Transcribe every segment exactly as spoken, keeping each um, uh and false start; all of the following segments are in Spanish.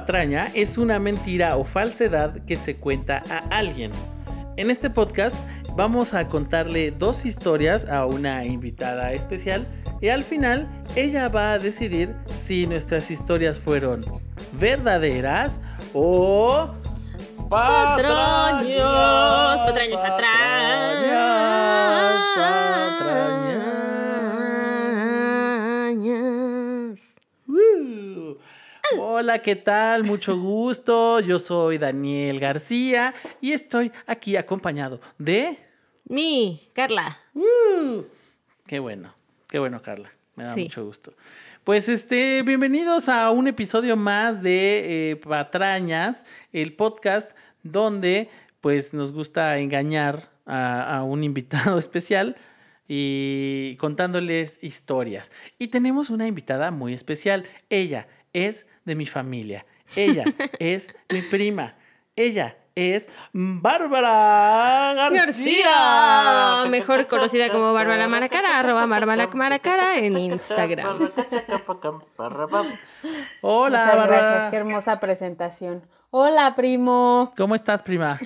patraña es una mentira o falsedad que se cuenta a alguien. En este podcast vamos a contarle dos historias a una invitada especial y al final ella va a decidir si nuestras historias fueron verdaderas o patrañas, patrañas, patrañas, patrañas. Uh. Hola, ¿qué tal? Mucho gusto. Yo soy Daniel García y estoy aquí acompañado de... Mi, Carla. Uh. Qué bueno, qué bueno, Carla. Me da sí. mucho gusto. Pues este, bienvenidos a un episodio más de eh, Patrañas, el podcast donde pues nos gusta engañar a, a un invitado especial y contándoles historias. Y tenemos una invitada muy especial. Ella es de mi familia. Ella es mi prima. Ella es Bárbara García. García. Mejor conocida como Bárbara Maracara, arroba Bárbara Maracara en Instagram. Hola, muchas Bárbara. Gracias, qué hermosa presentación. Hola, primo. ¿Cómo estás, prima?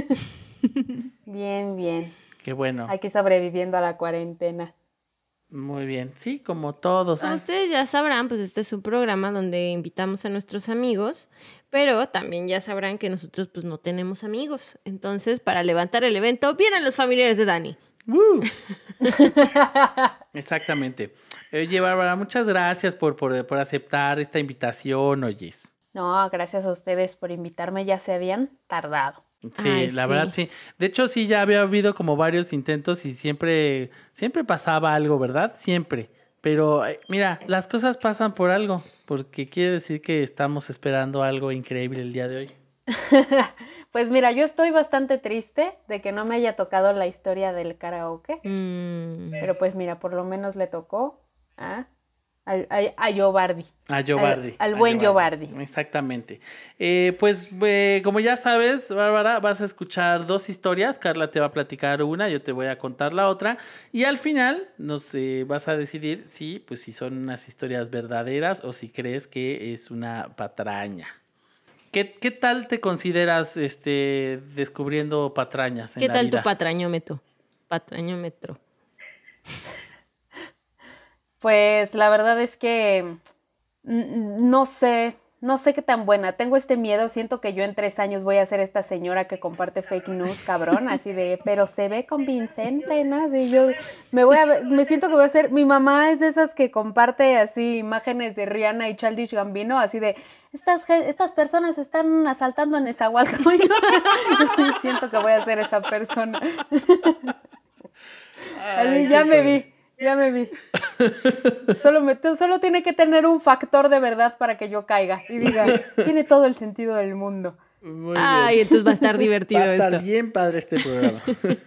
Bien, bien. Qué bueno. Aquí sobreviviendo a la cuarentena. Muy bien, sí, como todos. Como ustedes ya sabrán, pues este es un programa donde invitamos a nuestros amigos, pero también ya sabrán que nosotros pues no tenemos amigos. Entonces, para levantar el evento, vienen los familiares de Dani. ¡Woo! Exactamente. Oye, Bárbara, muchas gracias por, por, por aceptar esta invitación, oyes. No, gracias a ustedes por invitarme, ya se habían tardado. Sí, Ay, la sí. verdad sí. De hecho, sí, ya había habido como varios intentos y siempre, siempre pasaba algo, ¿verdad? Siempre. Pero mira, las cosas pasan por algo, porque quiere decir que estamos esperando algo increíble el día de hoy. Pues mira, yo estoy bastante triste de que no me haya tocado la historia del karaoke. Mm. Pero pues mira, por lo menos le tocó a... Al, a, a Yobardi. A Yobardi. Al, al buen Yobardi. Exactamente. Eh, pues eh, como ya sabes, Bárbara, vas a escuchar dos historias. Carla te va a platicar una, yo te voy a contar la otra. Y al final nos eh, vas a decidir si, pues, si son unas historias verdaderas o si crees que es una patraña. ¿Qué, qué tal te consideras este, descubriendo patrañas en ¿Qué la tal vida? tu patrañómetro? Patrañómetro. Pues la verdad es que no sé, no sé qué tan buena. Tengo este miedo, siento que yo en tres años voy a ser esta señora que comparte fake news, cabrón, así de, pero se ve convincente, ¿no? Así yo me voy a, me siento que voy a ser, mi mamá es de esas que comparte así imágenes de Rihanna y Childish Gambino, así de, estas, estas personas están asaltando en Nezahualcóyotl. Siento que voy a ser esa persona. Ay, así ya me vi. Ya me vi. Solo, me, solo tiene que tener un factor de verdad para que yo caiga y diga, tiene todo el sentido del mundo. Muy Ay, bien. entonces va a estar divertido esto. Va a estar esto. bien padre este programa.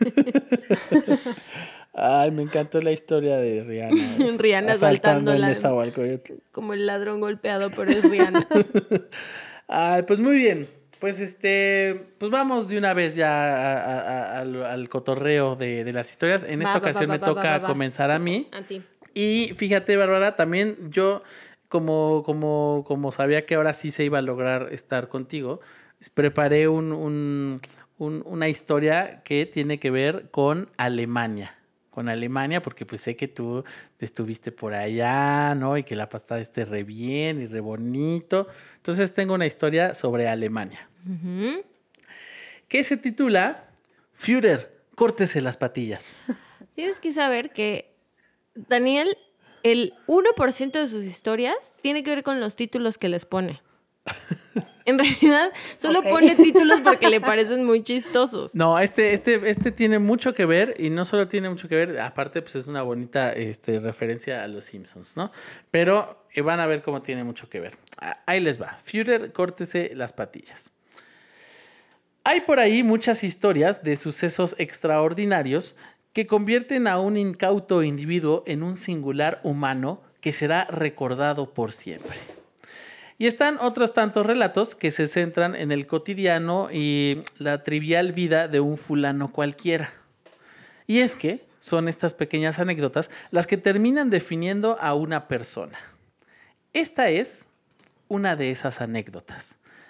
Ay, me encantó la historia de Rihanna. Rihanna saltando en la... Nezahualcóyotl. Como el ladrón golpeado, pero es Rihanna. Ay, pues muy bien. Pues este, pues vamos de una vez ya a, a, a, al, al cotorreo de, de las historias. En esta va, ocasión va, me va, toca va, va, va. comenzar a mí. A ti. Y fíjate, Bárbara, también yo, como, como, como sabía que ahora sí se iba a lograr estar contigo, preparé un, un, un, una historia que tiene que ver con Alemania. Con Alemania, porque pues sé que tú te estuviste por allá, ¿no? Y que la pasaste re bien y re bonito. Entonces tengo una historia sobre Alemania. Uh-huh. Que se titula Führer, córtese las patillas. Tienes que saber que Daniel, el uno por ciento de sus historias tiene que ver con los títulos que les pone. En realidad, solo okay. pone títulos porque le parecen muy chistosos. No, este, este, este tiene mucho que ver, y no solo tiene mucho que ver, aparte pues es una bonita este, referencia a los Simpsons, ¿no? Pero eh, van a ver cómo tiene mucho que ver. Ahí les va. Führer, córtese las patillas. Hay por ahí muchas historias de sucesos extraordinarios que convierten a un incauto individuo en un singular humano que será recordado por siempre. Y están otros tantos relatos que se centran en el cotidiano y la trivial vida de un fulano cualquiera. Y es que son estas pequeñas anécdotas las que terminan definiendo a una persona. Esta es una de esas anécdotas.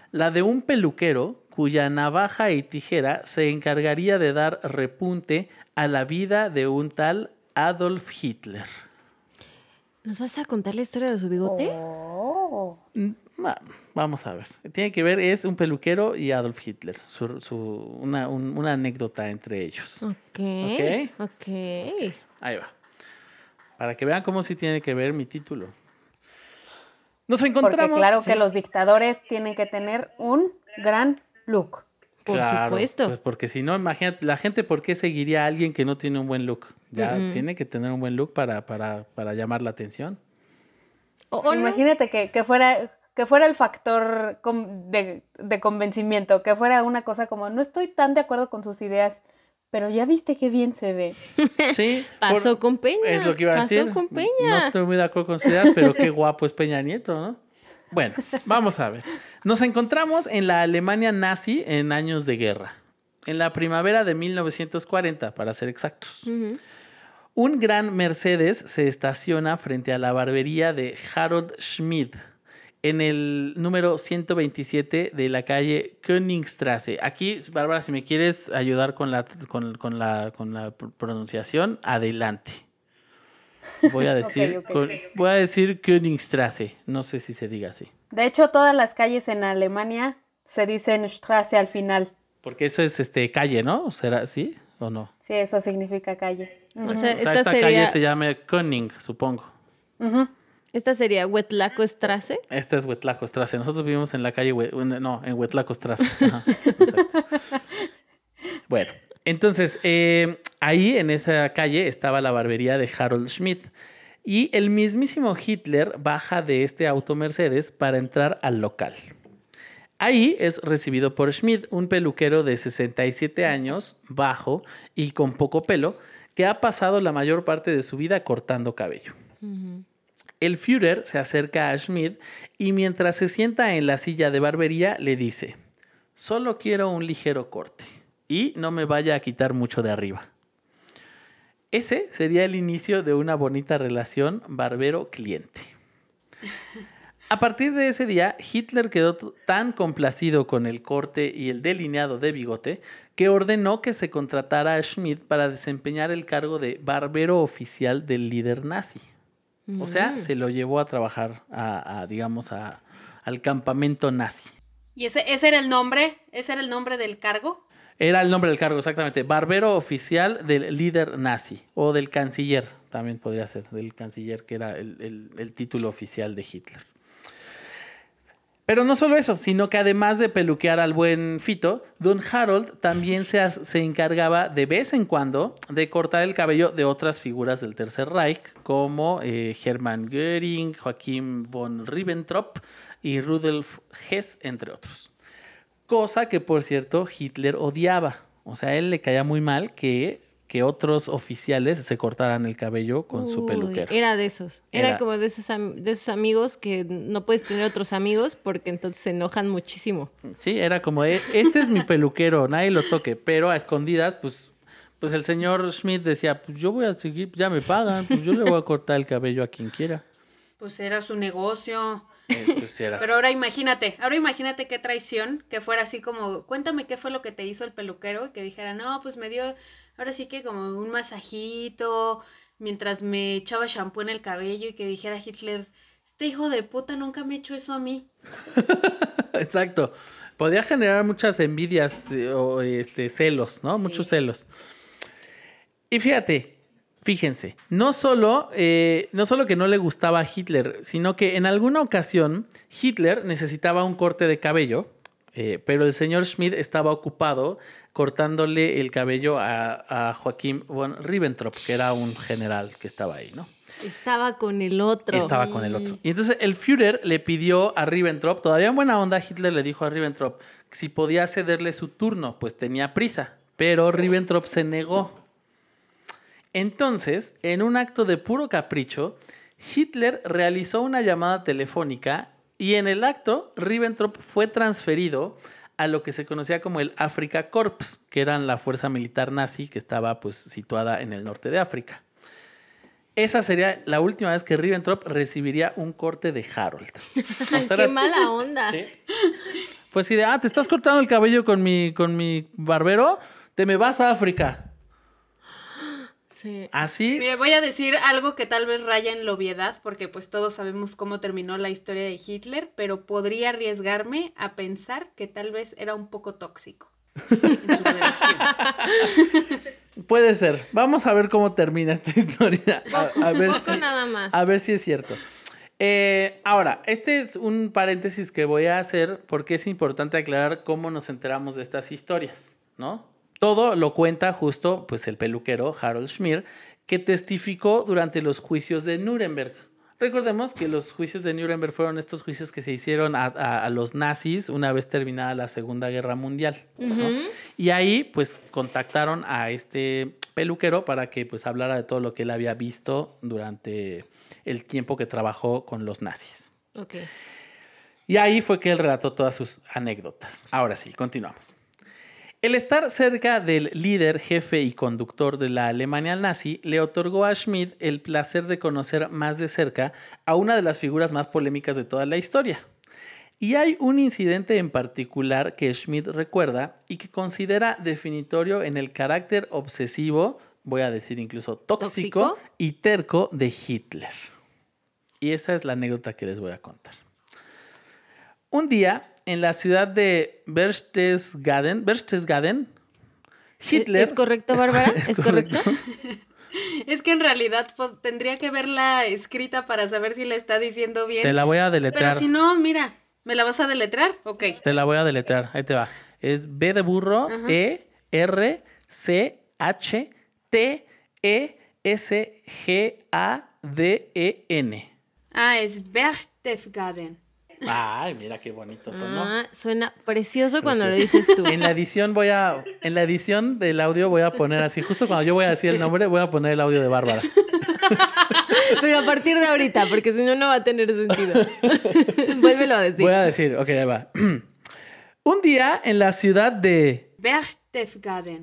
la de un peluquero cuya navaja y tijera se encargaría de dar repunte a la vida de un tal Adolf Hitler. ¿Nos vas a contar la historia de su bigote? Oh. Vamos a ver. Tiene que ver, es un peluquero y Adolf Hitler. Su, su, una, un, una anécdota entre ellos. Ok. Ok. Ok. Ahí va. Para que vean cómo sí tiene que ver mi título. Nos encontramos. Porque claro ¿sí? que los dictadores tienen que tener un gran look. Por Claro, supuesto. Pues porque si no, imagínate, la gente, ¿por qué seguiría a alguien que no tiene un buen look? Ya Mm-mm. tiene que tener un buen look para, para, para llamar la atención. O, o no. Imagínate que, que fuera que fuera el factor com- de, de convencimiento, que fuera una cosa como, no estoy tan de acuerdo con sus ideas, pero ya viste qué bien se ve. Sí. Pasó por- con Peña. Es lo que iba a Pasó decir. con Peña. No estoy muy de acuerdo con su idea, pero qué guapo es Peña Nieto, ¿no? Bueno, vamos a ver. Nos encontramos en la Alemania nazi en años de guerra. En la primavera de mil novecientos cuarenta, para ser exactos. Ujú. Un gran Mercedes se estaciona frente a la barbería de Harold Schmidt en el número ciento veintisiete de la calle Königstrasse. Aquí, Bárbara, si me quieres ayudar con la, con, con la, con la pr- pronunciación, adelante. Voy a decir, Ok, ok. con- voy a decir Königstrasse. No sé si se diga así. De hecho, todas las calles en Alemania se dicen Straße al final. Porque eso es este calle, ¿no? ¿Será así o no? Sí, eso significa calle. O sea, O sea, esta, esta calle sería, se llama König, supongo. Ujú. esta sería Huetlaco Strasse. Esta es Huetlaco Strasse. Nosotros vivimos en la calle, Hue- no, en Huetlaco Strasse. Ajá, exacto. Bueno, entonces, eh, ahí en esa calle estaba la barbería de Harold Schmidt. Y el mismísimo Hitler baja de este auto Mercedes para entrar al local. Ahí es recibido por Schmidt, un peluquero de sesenta y siete años, bajo y con poco pelo, que ha pasado la mayor parte de su vida cortando cabello. Ujú. El Führer se acerca a Schmidt y mientras se sienta en la silla de barbería le dice: solo quiero un ligero corte y no me vaya a quitar mucho de arriba. Ese sería el inicio de una bonita relación barbero-cliente. A partir de ese día, Hitler quedó t- tan complacido con el corte y el delineado de bigote que ordenó que se contratara a Schmidt para desempeñar el cargo de barbero oficial del líder nazi. O sea, Mm. se lo llevó a trabajar a, a, digamos, a, al campamento nazi. ¿Y ese, ese era el nombre? ¿Ese era el nombre del cargo? Era el nombre del cargo, exactamente. Barbero oficial del líder nazi. O del canciller, también podría ser. Del canciller, que era el, el- el título oficial de Hitler. Pero no solo eso, sino que además de peluquear al buen Fito, Don Harold también se, as- se encargaba de vez en cuando de cortar el cabello de otras figuras del Tercer Reich, como eh, Hermann Göring, Joachim von Ribbentrop y Rudolf Hess, entre otros. Cosa que, por cierto, Hitler odiaba. O sea, a él le caía muy mal que, que otros oficiales se cortaran el cabello con su Uy, peluquero. Era de esos. Era, Era- como de esos, am- de esos amigos que no puedes tener otros amigos porque entonces se enojan muchísimo. Sí, era como, "E- este es mi peluquero, nadie lo toque", pero a escondidas, pues, pues el señor Schmidt decía, pues yo voy a seguir, ya me pagan, pues yo le voy a cortar el cabello a quien quiera. Pues era su negocio. Eh, pues sí era. Pero ahora imagínate, ahora imagínate qué traición, que fuera así como, cuéntame qué fue lo que te hizo el peluquero, y que dijera, no, pues me dio, ahora sí que como un masajito, mientras me echaba shampoo en el cabello, y que dijera Hitler, este hijo de puta nunca me ha hecho eso a mí. Exacto. Podía generar muchas envidias eh, o este, celos, ¿no? Sí. Muchos celos. Y fíjate, fíjense, no solo, eh, no solo que no le gustaba a Hitler, sino que en alguna ocasión Hitler necesitaba un corte de cabello, eh, pero el señor Schmidt estaba ocupado cortándole el cabello a, a Joachim von Ribbentrop, que era un general que estaba ahí, ¿no? Estaba con el otro. Estaba con el otro. Y entonces el Führer le pidió a Ribbentrop, todavía en buena onda, Hitler le dijo a Ribbentrop que si podía cederle su turno, pues tenía prisa. Pero Ribbentrop se negó. Entonces, en un acto de puro capricho, Hitler realizó una llamada telefónica y en el acto Ribbentrop fue transferido a lo que se conocía como el Afrika Korps, que era la fuerza militar nazi que estaba pues situada en el norte de África. Esa sería la última vez que Ribbentrop recibiría un corte de Harold. O sea, Qué era- mala onda. ¿Sí? Fue así de, ah, ¿te estás cortando el cabello con mi, con mi barbero? Te me vas a África. Sí. Así. Mire, voy a decir algo que tal vez raya en la obviedad, porque pues todos sabemos cómo terminó la historia de Hitler, pero podría arriesgarme a pensar que tal vez era un poco tóxico en sus relaciones. Puede ser. Vamos a ver cómo termina esta historia. A, a ver Poco si, nada más. A ver si es cierto. Eh, ahora, este es un paréntesis que voy a hacer porque es importante aclarar cómo nos enteramos de estas historias, ¿no? Todo lo cuenta justo pues, el peluquero Harold Schmidt, que testificó durante los juicios de Nuremberg. Recordemos que los juicios de Nuremberg fueron estos juicios que se hicieron a, a, a los nazis una vez terminada la Segunda Guerra Mundial, ¿no? Uh-huh. Y ahí pues contactaron a este peluquero para que pues hablara de todo lo que él había visto durante el tiempo que trabajó con los nazis. Okay. Y ahí fue que él relató todas sus anécdotas. Ahora sí, continuamos. El estar cerca del líder, jefe y conductor de la Alemania nazi le otorgó a Schmidt el placer de conocer más de cerca a una de las figuras más polémicas de toda la historia. Y hay un incidente en particular que Schmidt recuerda y que considera definitorio en el carácter obsesivo, voy a decir incluso tóxico, ¿Tóxico? y terco de Hitler. Y esa es la anécdota que les voy a contar. Un día, en la ciudad de Berchtesgaden, Berchtesgaden, Hitler... ¿Es correcto, Bárbara? ¿Es, ¿Es correcto? correcto? Es que en realidad pues, tendría que verla escrita para saber si la está diciendo bien. Te la voy a deletrear. Pero si no, mira, ¿me la vas a deletrear? Ok. Te la voy a deletrear, ahí te va. Es B de burro, uh-huh. E, R, C, H, T, E, S, G, A, D, E, N. Ah, es Berchtesgaden. Ay, mira qué bonito sonó. Ah, suena precioso cuando Precioso. Lo dices tú. En la edición voy a, en la edición del audio voy a poner así, justo cuando yo voy a decir el nombre, voy a poner el audio de Bárbara. Pero a partir de ahorita, porque si no, no va a tener sentido. Vuélvelo a decir. Voy a decir, ok, ahí va. Un día en la ciudad de... Berchtesgaden.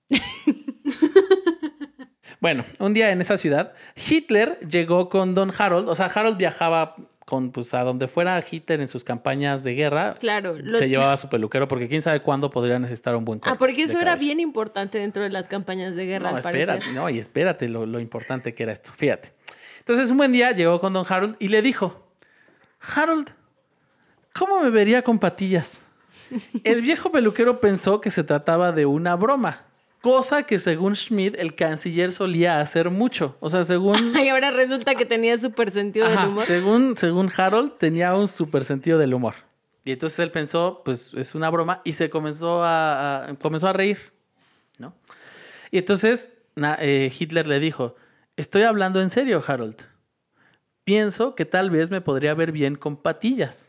Bueno, un día en esa ciudad, Hitler llegó con don Harold, o sea, Harold viajaba... Con, pues, a donde fuera Hitler en sus campañas de guerra, claro, lo... se llevaba a su peluquero porque quién sabe cuándo podría necesitar un buen corte. Ah, porque eso era bien importante dentro de las campañas de guerra, no, al espérate, parecer. No, y espérate lo, lo importante que era esto. Fíjate. Entonces, un buen día llegó con don Harold y le dijo, Harold, ¿cómo me vería con patillas? El viejo peluquero pensó que se trataba de una broma. Cosa que según Schmidt, el canciller solía hacer mucho. O sea, según... Y ahora resulta que tenía súper sentido Ajá, del humor. Según, según Harold, tenía un súper sentido del humor. Y entonces él pensó, pues es una broma, y se comenzó a, a, comenzó a reír, ¿no? Y entonces na, eh, Hitler le dijo, estoy hablando en serio, Harold. Pienso que tal vez me podría ver bien con patillas.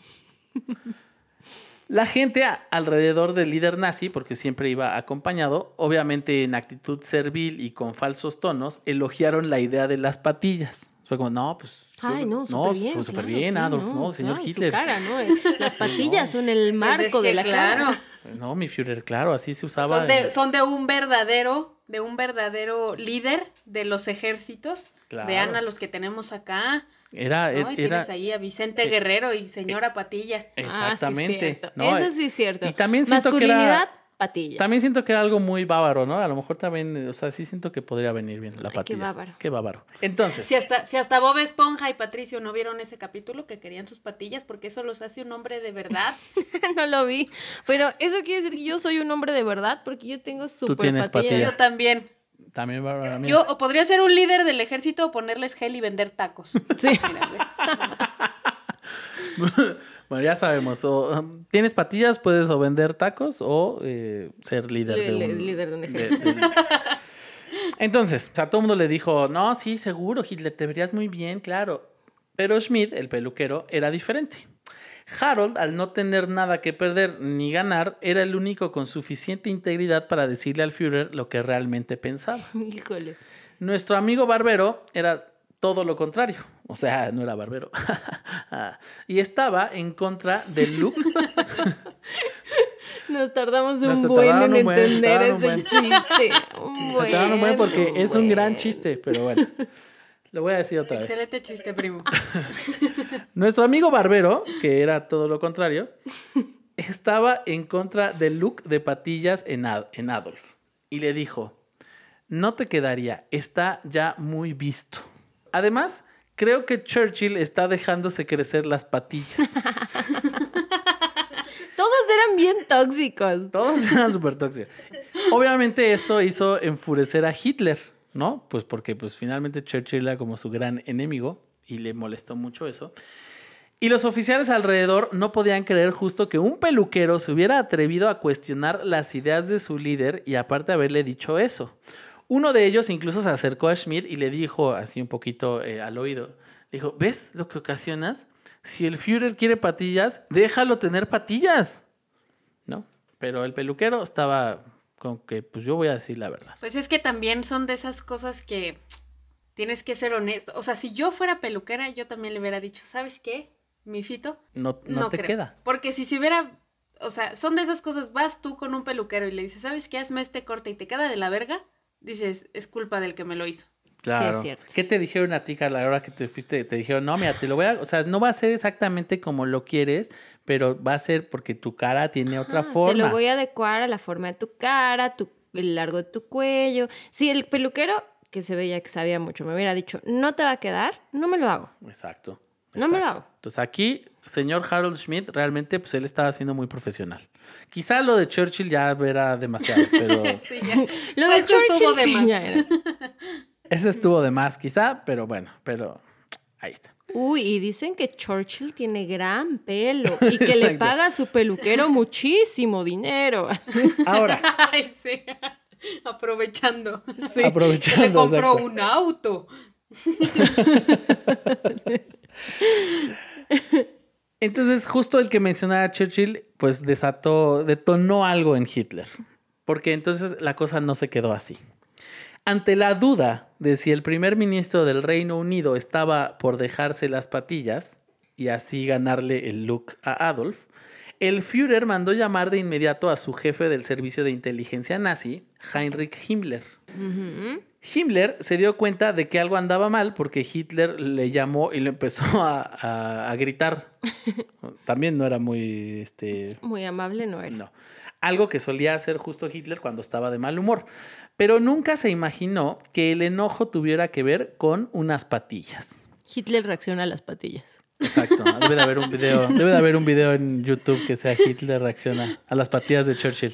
La gente alrededor del líder nazi, porque siempre iba acompañado, obviamente en actitud servil y con falsos tonos, elogiaron la idea de las patillas. Fue como, no, pues... Ay, no, súper no, bien. Súper claro, bien, sí, Adolf, no, no, señor claro, Hitler. Su cara, ¿no? Las patillas no. son el marco pues es que, de la claro. cara. No, mi Führer, claro, así se usaba. Son de, en... son de un verdadero, de un verdadero líder de los ejércitos. Claro. Vean a los que tenemos acá. Era, ¿no? Y era, tienes ahí a Vicente eh, Guerrero y señora Patilla. Exactamente. Ah, sí, ¿no? Eso sí es cierto. Y también siento Masculinidad, que era, Patilla. También siento que era algo muy bávaro, ¿no? A lo mejor también, o sea, sí siento que podría venir bien la Ay, Patilla. qué bávaro. Qué bávaro. Entonces. Si hasta, si hasta Bob Esponja y Patricio no vieron ese capítulo que querían sus patillas porque eso los hace un hombre de verdad. No lo vi. Pero eso quiere decir que yo soy un hombre de verdad porque yo tengo súper tienes patilla. patilla. Yo también. También Bárbara mía. Yo o podría ser un líder del ejército o ponerles gel y vender tacos. Sí. Bueno, ya sabemos. O, um, tienes patillas, puedes o vender tacos o eh, ser líder, L- de, un, líder de un ejército. De, de... Entonces, o sea, todo el mundo le dijo, no, sí, seguro, Hitler, te verías muy bien, claro. Pero Schmidt, el peluquero, era diferente. Harold, al no tener nada que perder ni ganar, era el único con suficiente integridad para decirle al Führer lo que realmente pensaba. Híjole. Nuestro amigo barbero era todo lo contrario. O sea, no era barbero. Y estaba en contra del look. Nos tardamos Nos un buen en un buen, entender ese buen. chiste. Un Se tardaron un buen porque un es buen. un gran chiste, pero bueno. Lo voy a decir otra vez. Excelente chiste, primo. Nuestro amigo barbero, que era todo lo contrario, estaba en contra del look de patillas en, Ad- en Adolf. Y le dijo, no te quedaría, está ya muy visto. Además, creo que Churchill está dejándose crecer las patillas. Todos eran bien tóxicos. Todos eran súper tóxicos. Obviamente esto hizo enfurecer a Hitler, ¿no? Pues porque pues, finalmente Churchill era como su gran enemigo y le molestó mucho eso. Y los oficiales alrededor no podían creer justo que un peluquero se hubiera atrevido a cuestionar las ideas de su líder y aparte haberle dicho eso. Uno de ellos incluso se acercó a Schmidt y le dijo así un poquito eh, al oído. Le dijo, ¿ves lo que ocasionas? Si el Führer quiere patillas, déjalo tener patillas. ¿No? Pero el peluquero estaba con que, pues yo voy a decir la verdad. Pues es que también son de esas cosas que tienes que ser honesto. O sea, si yo fuera peluquera, yo también le hubiera dicho, ¿sabes qué? Mi Fito, No, no, no te creo. queda. Porque si se hubiera, o sea, son de esas cosas, vas tú con un peluquero y le dices, ¿sabes qué? Hazme este corte y te queda de la verga, dices, es culpa del que me lo hizo. Claro. Sí, es cierto. ¿Qué te dijeron a ti, Carla, a la hora que te fuiste? Te dijeron, no, mira, te lo voy a... O sea, no va a ser exactamente como lo quieres, pero va a ser porque tu cara tiene otra Ajá, forma. Te lo voy a adecuar a la forma de tu cara, tu, el largo de tu cuello. Si el peluquero, que se veía que sabía mucho, me hubiera dicho, no te va a quedar, no me lo hago. Exacto. No me lo exacto. hago. Entonces aquí, señor Harold Schmidt, realmente pues él estaba siendo muy profesional. Quizá lo de Churchill ya era demasiado, pero Sí, ya. Lo de Esto estuvo Churchill de sí más. ya era. eso estuvo de más quizá, pero bueno, pero ahí está. Uy, y dicen que Churchill tiene gran pelo y que le Exacto. paga a su peluquero muchísimo dinero. Ahora, Ay, sí. Aprovechando. Sí. aprovechando. Que le compró exacto. un auto. Entonces, justo el que mencionaba Churchill, pues desató, detonó algo en Hitler. Porque entonces la cosa no se quedó así. Ante la duda de si el primer ministro del Reino Unido estaba por dejarse las patillas y así ganarle el look a Adolf, el Führer mandó llamar de inmediato a su jefe del servicio de inteligencia nazi, Heinrich Himmler. Ujú. Himmler se dio cuenta de que algo andaba mal porque Hitler le llamó y le empezó a, a- a gritar. También no era muy... Este, Muy amable no era. no. Algo que solía hacer justo Hitler cuando estaba de mal humor. Pero nunca se imaginó que el enojo tuviera que ver con unas patillas. Hitler reacciona a las patillas. Exacto. Debe de haber un video, debe de haber un video en YouTube que sea Hitler reacciona a las patillas de Churchill.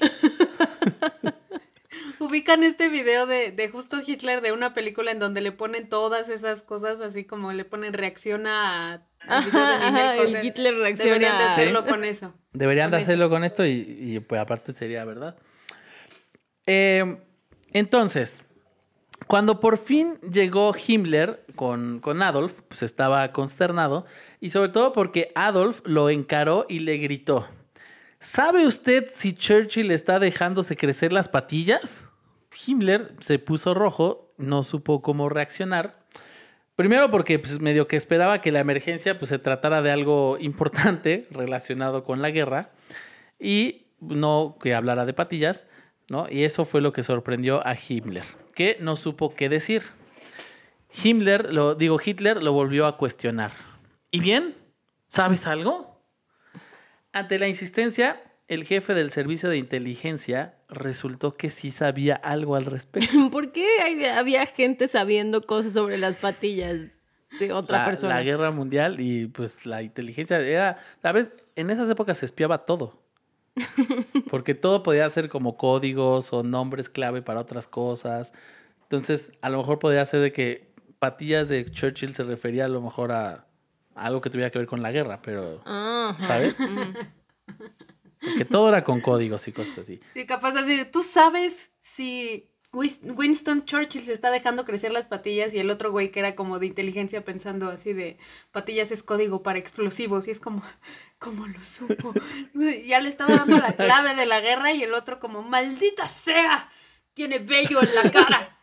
Ubican este video de, de justo Hitler de una película en donde le ponen todas esas cosas, así como le ponen reacciona a... al video de Ajá, Ninel ajá, el Conde. Hitler reacciona Deberían de a- hacerlo Sí. con eso. Deberían de Con hacerlo eso. con esto y, y, pues aparte sería verdad. Eh, entonces, cuando por fin llegó Himmler con, con Adolf, pues estaba consternado y sobre todo porque Adolf lo encaró y le gritó, ¿sabe usted si Churchill está dejándose crecer las patillas? Himmler se puso rojo, no supo cómo reaccionar. Primero porque pues, medio que esperaba que la emergencia pues, se tratara de algo importante relacionado con la guerra y no que hablara de patillas, ¿no? Y eso fue lo que sorprendió a Himmler, que no supo qué decir. Himmler, lo, digo, Hitler lo volvió a cuestionar. ¿Y bien? ¿Sabes algo? Ante la insistencia, el jefe del servicio de inteligencia resultó que sí sabía algo al respecto. ¿Por qué hay- había gente sabiendo cosas sobre las patillas de otra la, persona? la guerra mundial y pues la inteligencia era, ¿sabes? En esas épocas se espiaba todo. Porque todo podía ser como códigos o nombres clave para otras cosas. Entonces, a lo mejor podría ser de que patillas de Churchill se refería a lo mejor a, a algo que tuviera que ver con la guerra, pero, Ajá. ¿sabes? Porque todo era con códigos y cosas así. Sí, capaz así de, ¿tú sabes si Wis- Winston Churchill se está dejando crecer las patillas? Y el otro güey que era como de inteligencia pensando así de, patillas es código para explosivos. Y es como, ¿cómo lo supo? Ya le estaba dando la clave de la guerra y el otro como, ¡maldita sea! Tiene vello en la cara.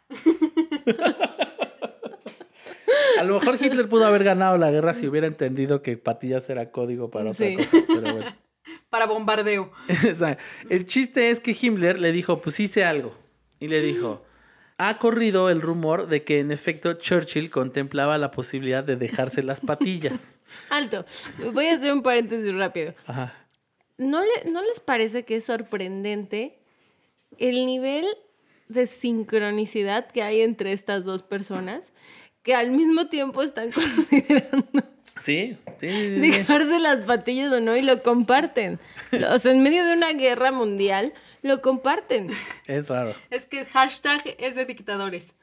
A lo mejor Hitler pudo haber ganado la guerra si hubiera entendido que patillas era código para otra Sí. cosa, pero bueno. Para bombardeo. O sea, el chiste es que Himmler le dijo, pues hice algo. Y le dijo, ha corrido el rumor de que en efecto Churchill contemplaba la posibilidad de dejarse las patillas. Alto. Voy a hacer un paréntesis rápido. Ajá. ¿no, le, ¿no les parece que es sorprendente el nivel de sincronicidad que hay entre estas dos personas que al mismo tiempo están considerando Sí, sí, sí, sí. dejarse las patillas o no y lo comparten? O sea, en medio de una guerra mundial, lo comparten. Es raro. Es que hashtag es de dictadores.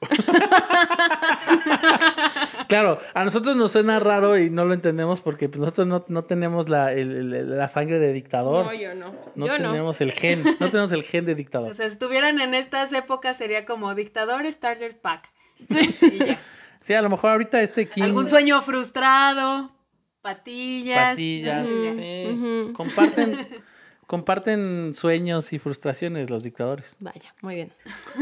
Claro, a nosotros nos suena raro y no lo entendemos porque pues, nosotros no, no tenemos la, el- el- la sangre de dictador. No, yo no. No yo no. tenemos el gen, no tenemos el gen de dictador. O sea, si estuvieran en estas épocas sería como dictador starter pack. Y ya. Sí, a lo mejor ahorita este Kim... Algún sueño frustrado, patillas. Patillas, Ujú. sí. ujú. Comparten, comparten sueños y frustraciones los dictadores. Vaya, muy bien.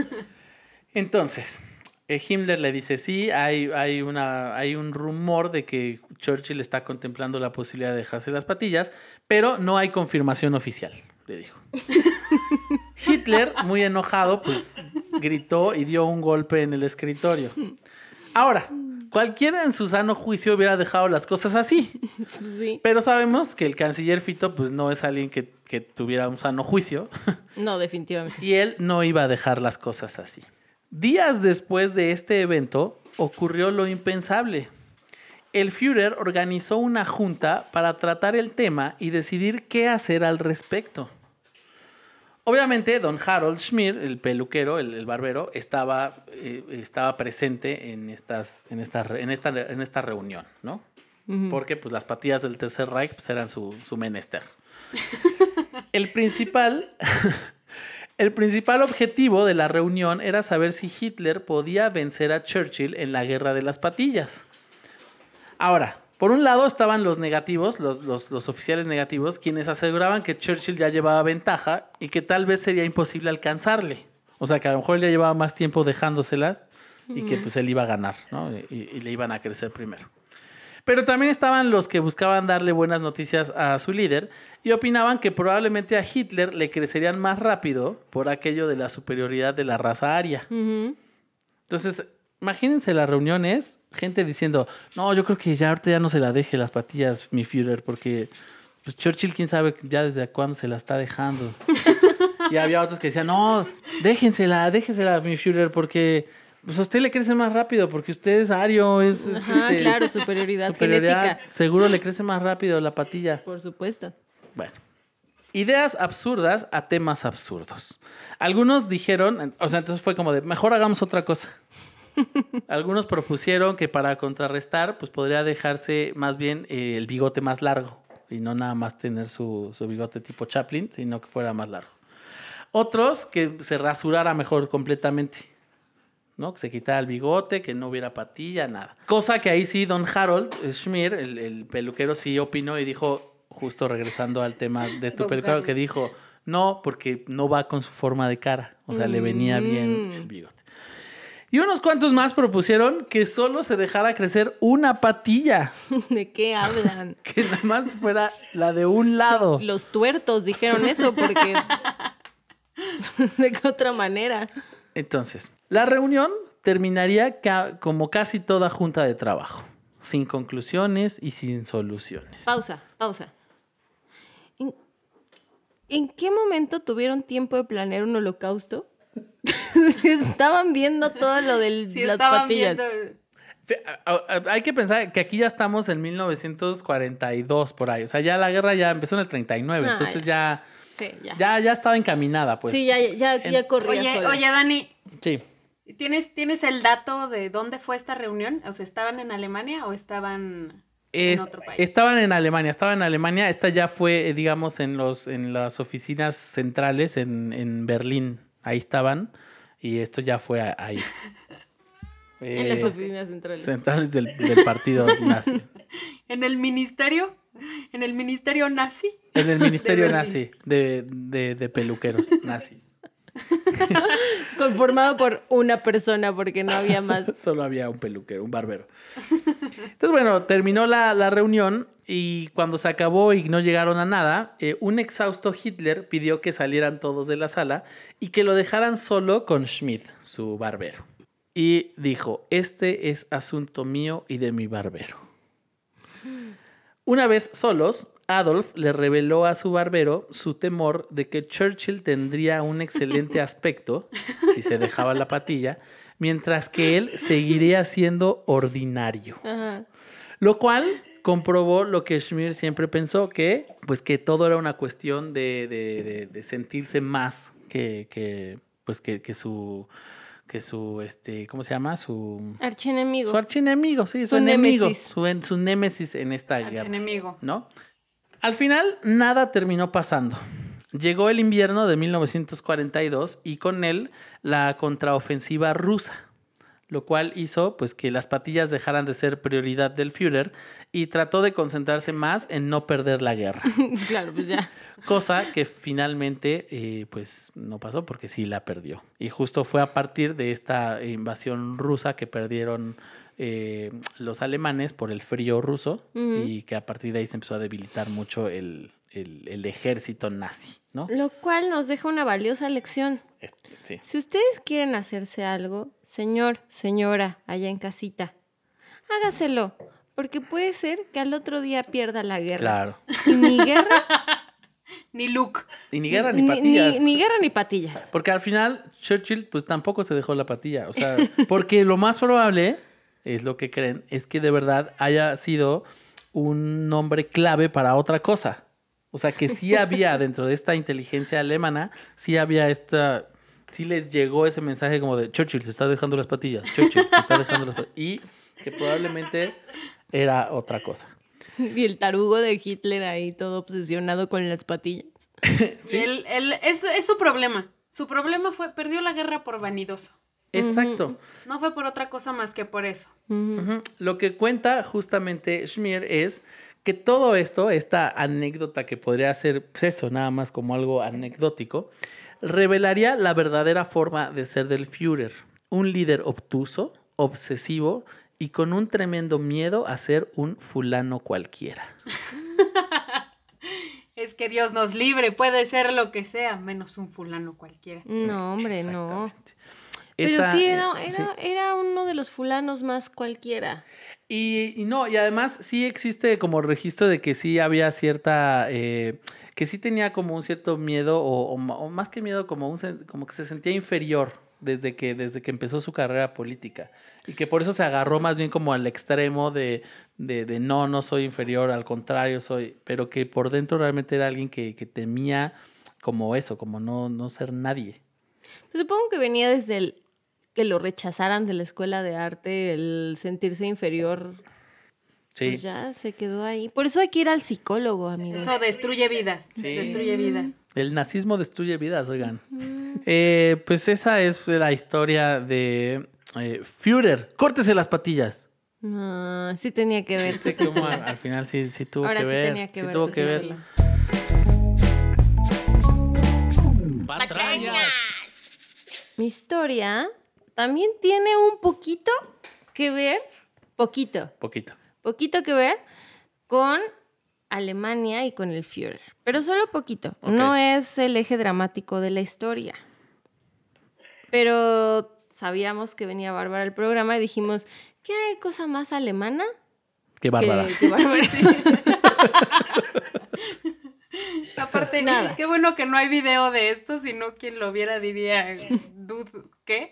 Entonces, eh, Himmler le dice, sí, hay, hay, una, hay un rumor de que Churchill está contemplando la posibilidad de dejarse las patillas, pero no hay confirmación oficial, le dijo. Hitler, muy enojado, pues gritó y dio un golpe en el escritorio. Ahora, cualquiera en su sano juicio hubiera dejado las cosas así, Sí. pero sabemos que el canciller Fito pues no es alguien que, que tuviera un sano juicio No, definitivamente. y él no iba a dejar las cosas así. Días después de este evento ocurrió lo impensable. El Führer organizó una junta para tratar el tema y decidir qué hacer al respecto. Obviamente, don Harold Schmidt, el peluquero, el, el barbero, estaba, eh, estaba presente en, estas, en, esta, re- en, esta, en esta reunión, ¿no? Ujú. Porque pues, las patillas del Tercer Reich pues, eran su, su menester. El principal, el principal objetivo de la reunión era saber si Hitler podía vencer a Churchill en la guerra de las patillas. Ahora, por un lado estaban los negativos, los, los, los oficiales negativos, quienes aseguraban que Churchill ya llevaba ventaja y que tal vez sería imposible alcanzarle. O sea, que a lo mejor él ya llevaba más tiempo dejándoselas y que pues él iba a ganar, ¿no? Y, y le iban a crecer primero. Pero también estaban los que buscaban darle buenas noticias a su líder y opinaban que probablemente a Hitler le crecerían más rápido por aquello de la superioridad de la raza aria. Ujú. Entonces, imagínense las reuniones, gente diciendo, no, yo creo que ya ahorita ya no se la deje las patillas, mi Führer, porque pues Churchill quién sabe ya desde cuándo se la está dejando. Y había otros que decían, no, déjensela, déjensela, mi Führer, porque pues a usted le crece más rápido, porque usted es ario, es, es, Ajá, este, claro, superioridad, superioridad, genética. seguro le crece más rápido la patilla. Por supuesto. Bueno, ideas absurdas a temas absurdos. Algunos dijeron, o sea, entonces fue como de, mejor hagamos otra cosa. Algunos propusieron que para contrarrestar, pues podría dejarse más bien eh, el bigote más largo y no nada más tener su, su bigote tipo Chaplin, sino que fuera más largo. Otros que se rasurara mejor completamente, ¿no? Que se quitara el bigote, que no hubiera patilla, nada. Cosa que ahí sí don Harold Schmidt, el, el peluquero, sí opinó y dijo, justo regresando al tema de tu Don peluquero, Harold. que dijo, no, porque no va con su forma de cara. O sea, le venía bien Mm. el bigote. Y unos cuantos más propusieron que solo se dejara crecer una patilla, ¿De qué hablan? que nada más fuera la de un lado. Los tuertos dijeron eso porque... ¿De qué otra manera? Entonces, la reunión terminaría ca- como casi toda junta de trabajo, sin conclusiones y sin soluciones. Pausa, pausa. ¿En, en qué momento tuvieron tiempo de planear un holocausto? Estaban viendo todo lo de Sí, las estaban patillas. viendo. Fe- a- a- Hay que pensar que aquí ya estamos en mil novecientos cuarenta y dos por ahí. O sea, ya la guerra ya empezó en el treinta y nueve. Ah, entonces ya, Sí, ya. ya, ya estaba encaminada, pues. sí, ya, ya, ya En- corría Oye, sola. oye, Dani, Sí. ¿tienes, ¿tienes el dato de dónde fue esta reunión? O sea, ¿estaban en Alemania o estaban Es- en otro país? Estaban en Alemania, estaban en Alemania. Esta ya fue, eh, digamos, en los en las oficinas centrales en, en Berlín. Ahí estaban. Y esto ya fue a- ahí. En las Eh, oficinas centrales. centrales del, del partido nazi. ¿En el ministerio? ¿En el ministerio nazi? En el ministerio De Berlín. nazi de, de, de peluqueros nazis. Conformado por una persona porque no había más. Solo había un peluquero, un barbero. Entonces, bueno, terminó la, la reunión y cuando se acabó y no llegaron a nada, eh, un exhausto Hitler pidió que salieran todos de la sala y que lo dejaran solo con Schmidt, su barbero. Y dijo, este es asunto mío y de mi barbero. Una vez solos, Adolf le reveló a su barbero su temor de que Churchill tendría un excelente aspecto si se dejaba la patilla, mientras que él seguiría siendo ordinario. Ajá. Lo cual comprobó lo que Schmier siempre pensó, que pues que todo era una cuestión de, de, de, de sentirse más que, que pues que, que su que su este ¿cómo se llama? Su Archienemigo. su archienemigo, sí, su, Su enemigo, némesis. su, en- su némesis en esta guerra, Archienemigo. ¿no? Al final nada terminó pasando. Llegó el invierno de mil novecientos cuarenta y dos y con él la contraofensiva rusa, lo cual hizo pues que las patillas dejaran de ser prioridad del Führer y trató de concentrarse más en no perder la guerra. Claro, pues ya. Cosa que finalmente eh, pues no pasó porque sí la perdió. Y justo fue a partir de esta invasión rusa que perdieron eh, los alemanes por el frío ruso, Ujú. y que a partir de ahí se empezó a debilitar mucho el, el, el ejército nazi, ¿no? Lo cual nos deja una valiosa lección. Este, sí. Si ustedes quieren hacerse algo, señor, señora, allá en casita, hágaselo, porque puede ser que al otro día pierda la guerra. Claro. Y ni guerra, Ni Luke. Y ni guerra ni patillas. Ni, ni guerra ni patillas. Porque al final Churchill pues tampoco se dejó la patilla. O sea, porque lo más probable, es lo que creen, es que de verdad haya sido un nombre clave para otra cosa. O sea, que sí había dentro de esta inteligencia alemana, sí había esta... Sí les llegó ese mensaje como de Churchill se está dejando las patillas. Churchill se está dejando las patillas. Y que probablemente era otra cosa. Y el tarugo de Hitler ahí todo obsesionado con las patillas. Y él, él, es, es su problema. Su problema fue, perdió la guerra por vanidoso. Exacto. No fue por otra cosa más que por eso. Ujú. Ujú. Lo que cuenta justamente Schmier es que todo esto, esta anécdota que podría ser pues eso, nada más como algo anecdótico, revelaría la verdadera forma de ser del Führer. Un líder obtuso, obsesivo y con un tremendo miedo a ser un fulano cualquiera. Es que Dios nos libre, puede ser lo que sea, menos un fulano cualquiera. No, hombre, no. Exactamente. Pero Esa, sí eh, era, sí. era, era uno de los fulanos más cualquiera. Y, y no, y además sí existe como registro de que sí había cierta, eh, que sí tenía como un cierto miedo, o, o ma- o más que miedo, como, un, sen- como que se sentía inferior desde que, desde que empezó su carrera política. Y que por eso se agarró más bien como al extremo de, de, de no, no soy inferior, al contrario soy, pero que por dentro realmente era alguien que, que temía como eso, como no, no ser nadie. Pues supongo que venía desde el que lo rechazaran de la escuela de arte, el sentirse inferior. Sí. Pues ya se quedó ahí. Por eso hay que ir al psicólogo, amigos. Eso destruye vidas. Sí. Destruye vidas. El nazismo destruye vidas, oigan. Eh, pues esa es la historia de eh, Führer. Córtese las patillas. No, sí tenía que ver. Sé que como al, al final sí, sí tuvo Ahora que sí ver. tenía que sí ver, tuvo pues, que ver. verla. Mi historia también tiene un poquito que ver, poquito, Poquito. poquito que ver con Alemania y con el Führer, pero solo poquito. Ok. No es el eje dramático de la historia. Pero sabíamos que venía Bárbara al programa y dijimos, ¿qué hay cosa más alemana? Qué bárbara. Que, que Bárbara. Aparte, Nada. qué bueno que no hay video de esto, sino quien lo viera diría, dude, ¿qué?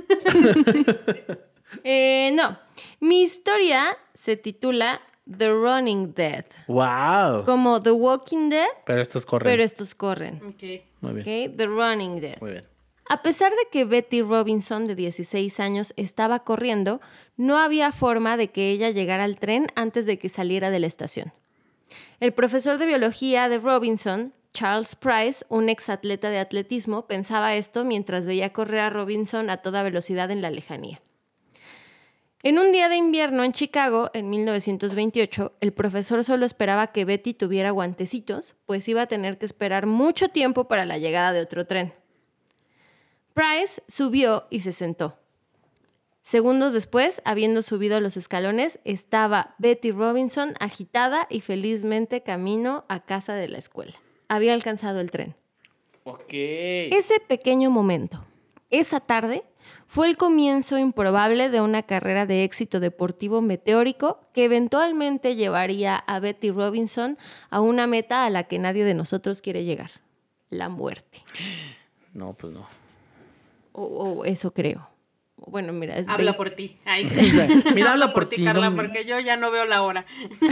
Eh, no, mi historia se titula The Running Dead, ¡Wow! como The Walking Dead, Pero estos corren. pero estos corren. Ok. Muy bien. ¿Ok? The Running Dead. Muy bien. A pesar de que Betty Robinson, de dieciséis años, estaba corriendo, no había forma de que ella llegara al tren antes de que saliera de la estación. El profesor de biología de Robinson, Charles Price, un exatleta de atletismo, pensaba esto mientras veía correr a Robinson a toda velocidad en la lejanía. En un día de invierno en Chicago, en mil novecientos veintiocho, el profesor solo esperaba que Betty tuviera guantecitos, pues iba a tener que esperar mucho tiempo para la llegada de otro tren. Price subió y se sentó. Segundos después, habiendo subido los escalones, estaba Betty Robinson agitada y felizmente camino a casa de la escuela. Había alcanzado el tren. Ok. Ese pequeño momento, esa tarde, Fue el comienzo improbable de una carrera de éxito deportivo meteórico que eventualmente llevaría a Betty Robinson a una meta a la que nadie de nosotros quiere llegar: la muerte. No, pues no. O, o eso creo. Bueno, mira, es Habla veinte por ti. Ay, sí. Mira, habla por ti, Carla, no- porque yo ya no veo la hora.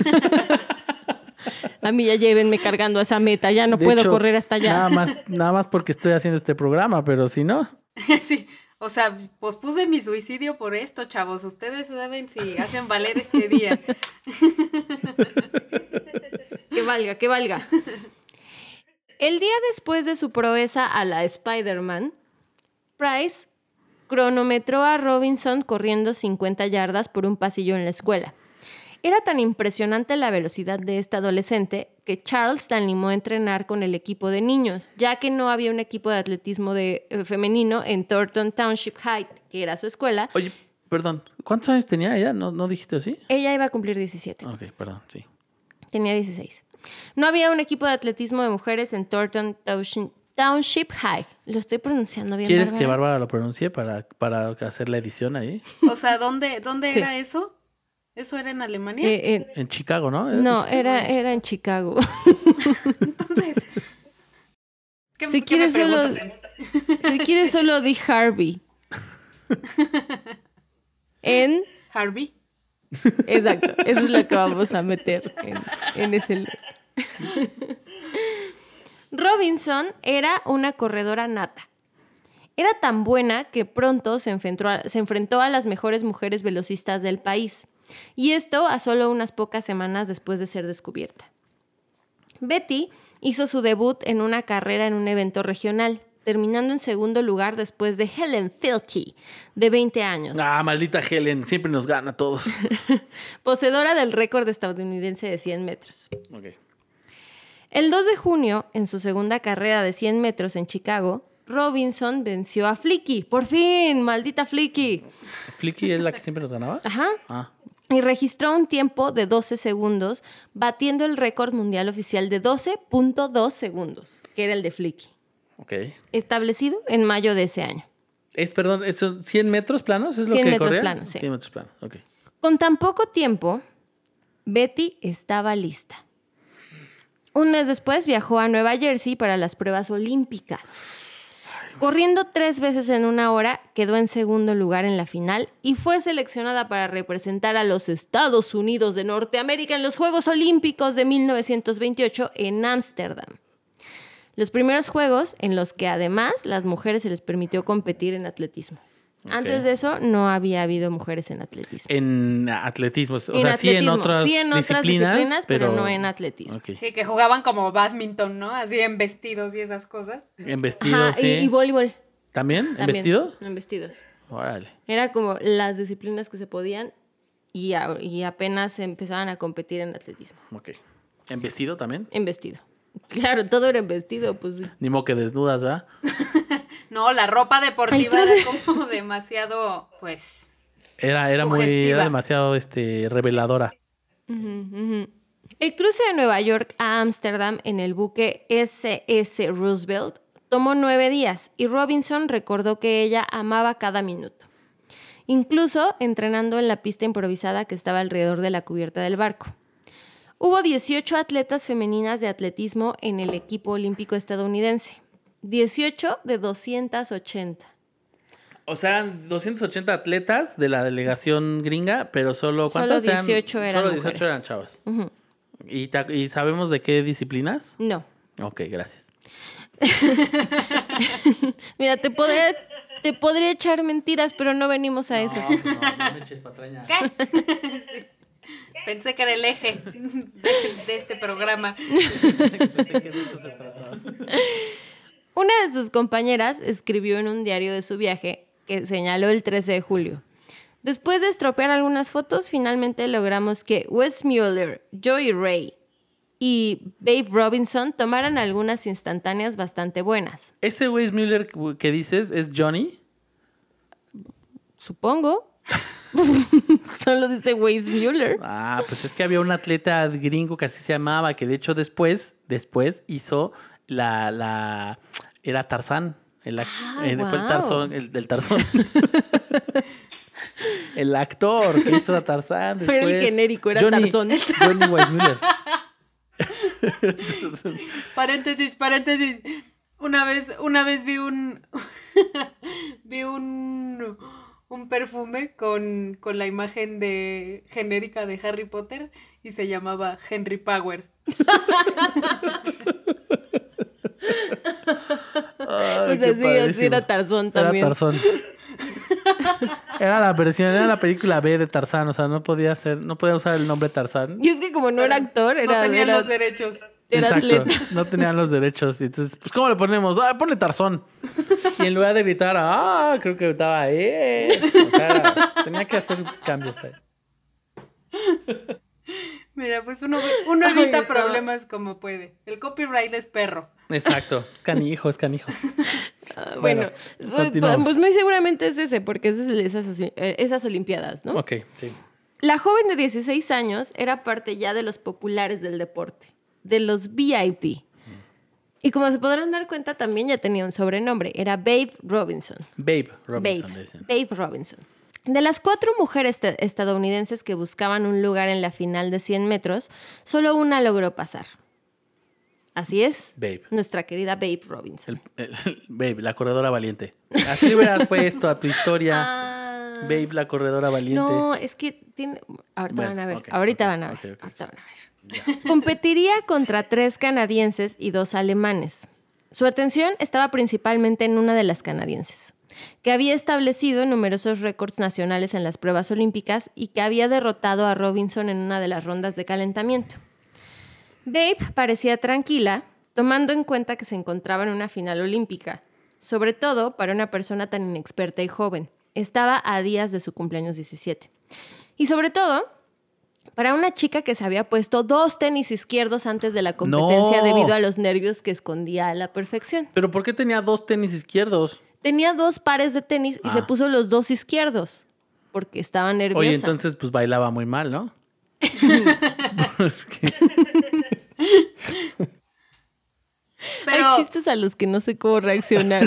A mí ya llévenme cargando a esa meta, ya no De puedo hecho, correr hasta allá. Nada más, nada más porque estoy haciendo este programa, pero si no. Sí, o sea, pospuse mi suicidio por esto, chavos. Ustedes saben si hacen valer este día. Que valga, que valga. El día después de su proeza a la Spider-Man, Price cronometró a Robinson corriendo cincuenta yardas por un pasillo en la escuela. Era tan impresionante la velocidad de esta adolescente que Charles la animó a entrenar con el equipo de niños, ya que no había un equipo de atletismo de, eh, femenino en Thornton Township High, que era su escuela. Oye, perdón, ¿cuántos años tenía ella? ¿No, no dijiste así? Ella iba a cumplir diecisiete. Ok, perdón, sí. Tenía dieciséis. No había un equipo de atletismo de mujeres en Thornton Township Township High. Lo estoy pronunciando bien, ¿Quieres Bárbara? que Bárbara lo pronuncie para, para hacer la edición ahí? O sea, ¿dónde, dónde Sí. era eso? ¿Eso era en Alemania? Eh, eh, En Chicago, ¿no? no, era, era en Chicago. Entonces, ¿qué, Si qué quieres me solo, preguntas? si quieres solo di Harvey. En, Harvey. exacto, eso es lo que vamos a meter en, en ese. Robinson era una corredora nata. Era tan buena que pronto se enfrentó a, se enfrentó a las mejores mujeres velocistas del país. Y esto a solo unas pocas semanas después de ser descubierta. Betty hizo su debut en una carrera en un evento regional, terminando en segundo lugar después de Helen Filkey, de veinte años, Ah, maldita Helen, siempre nos gana a todos. poseedora del récord estadounidense de cien metros. Ok. El dos de junio, en su segunda carrera de cien metros en Chicago, Robinson venció a Flicky. ¡Por fin! ¡Maldita Flicky! ¿Flicky es la que siempre nos ganaba? Ajá. Ah, Y registró un tiempo de doce segundos, batiendo el récord mundial oficial de doce punto dos segundos, que era el de Flicky, ok. establecido en mayo de ese año. Es, perdón, ¿eso, ¿cien metros planos es lo cien que metros corría? planos, sí. cien metros planos, ok. Con tan poco tiempo, Betty estaba lista. Un mes después viajó a Nueva Jersey para las pruebas olímpicas. Corriendo tres veces en una hora, quedó en segundo lugar en la final y fue seleccionada para representar a los Estados Unidos de Norteamérica en los Juegos Olímpicos de mil novecientos veintiocho en Ámsterdam. Los primeros juegos en los que además las mujeres se les permitió competir en atletismo. Ok. Antes de eso no había habido mujeres en atletismo. En atletismo, o En sea, sí en atletismo, otras, sí en otras disciplinas, disciplinas, pero no en atletismo. Ok. Sí, que jugaban como badminton, ¿no? Así en vestidos y esas cosas. En vestido, Ajá, sí. y, y voleibol. ¿También? ¿En También, vestido? En vestidos. Órale. Era como las disciplinas que se podían y, a- y apenas empezaban a competir en atletismo. Ok. ¿En vestido también? En vestido. Claro, todo era en vestido, pues sí. Ni modo que desnudas, ¿verdad? No, la ropa deportiva Ay, era como demasiado, pues... Era, era muy, Sugestiva. era demasiado este, reveladora. Ujú, ujú. El cruce de Nueva York a Ámsterdam en el buque ese ese Roosevelt tomó nueve días y Robinson recordó que ella amaba cada minuto. Incluso entrenando en la pista improvisada que estaba alrededor de la cubierta del barco. Hubo dieciocho atletas femeninas de atletismo en el equipo olímpico estadounidense. dieciocho de doscientos ochenta. O sea, eran doscientos ochenta atletas de la delegación gringa, pero solo... Solo ¿cuántas eran? dieciocho eran Solo dieciocho mujeres. eran chavas. Ujú. ¿Y, ta- ¿Y sabemos de qué disciplinas? No. Ok, gracias. Mira, te podría, te podría echar mentiras, pero no venimos a eso. No, no, no me eches patraña. ¿Qué? Pensé que era el eje de, de este programa. Una de sus compañeras escribió en un diario de su viaje que señaló el trece de julio. Después de estropear algunas fotos, finalmente logramos que Wes Mueller, Joey Ray y Babe Robinson tomaran algunas instantáneas bastante buenas. Ese Wes Mueller que dices es Johnny. Supongo. Solo dice Wes Mueller. Ah, pues es que había un atleta gringo que así se llamaba, que de hecho después, después hizo la, la, era Tarzán, El, ac- Ah, eh, Fue el guau. Tarzón, el del Tarzón. El actor que hizo a Tarzán. Era el después, genérico, era Johnny, Tarzón. Johnny Weissmuller. Paréntesis, paréntesis. Una vez, una vez vi un vi un, un perfume con, con la imagen de genérica de Harry Potter y se llamaba Henry Power. Ay, O sea, qué sí, padrísimo. así era Tarzón también. Era Tarzón. Era la versión, era la película B de Tarzán, o sea, no podía ser, no podía usar el nombre Tarzán. Y es que como no era actor, era, no tenían era, los derechos. era Exacto, atleta. no tenían los derechos. Y entonces, pues, ¿cómo le ponemos? Ah, ponle Tarzón. Y en lugar de gritar, ah, creo que estaba, eh. O sea, tenía que hacer cambios ahí. Mira, pues uno, uno Ay, evita estaba- problemas como puede. El copyright es perro. Exacto, es canijo, es canijo. Ah, Bueno, bueno, continuamos. pues muy seguramente es ese, porque es el- esas, eh, esas Olimpiadas, ¿no? Ok, sí. La joven de dieciséis años era parte ya de los populares del deporte, de los V I P. Y como se podrán dar cuenta, también ya tenía un sobrenombre, era Babe Robinson. Babe Robinson, le Babe, dicen. Babe Robinson. De las cuatro mujeres te- estadounidenses que buscaban un lugar en la final de cien metros, solo una logró pasar. Así es, Babe. nuestra querida Babe Robinson. El- el- Babe, la corredora valiente. Así hubieras puesto a tu historia. Ah, Babe, la corredora valiente. no, es que tiene... Ahorita Bueno, van a ver, ok, ahorita ok, van a ver, ok, ok. ahorita van a ver. Competiría contra tres canadienses y dos alemanes. Su atención estaba principalmente en una de las canadienses, que había establecido numerosos récords nacionales en las pruebas olímpicas y que había derrotado a Robinson en una de las rondas de calentamiento. Babe parecía tranquila, tomando en cuenta que se encontraba en una final olímpica, sobre todo para una persona tan inexperta y joven. Estaba a días de su cumpleaños diecisiete. Y sobre todo, para una chica que se había puesto dos tenis izquierdos antes de la competencia ¡No! debido a los nervios que escondía a la perfección. ¿Pero por qué tenía dos tenis izquierdos? Tenía dos pares de tenis y Ah. se puso los dos izquierdos porque estaba nerviosa. Oye, entonces pues bailaba muy mal, ¿no? Pero, Hay chistes a los que no sé cómo reaccionar.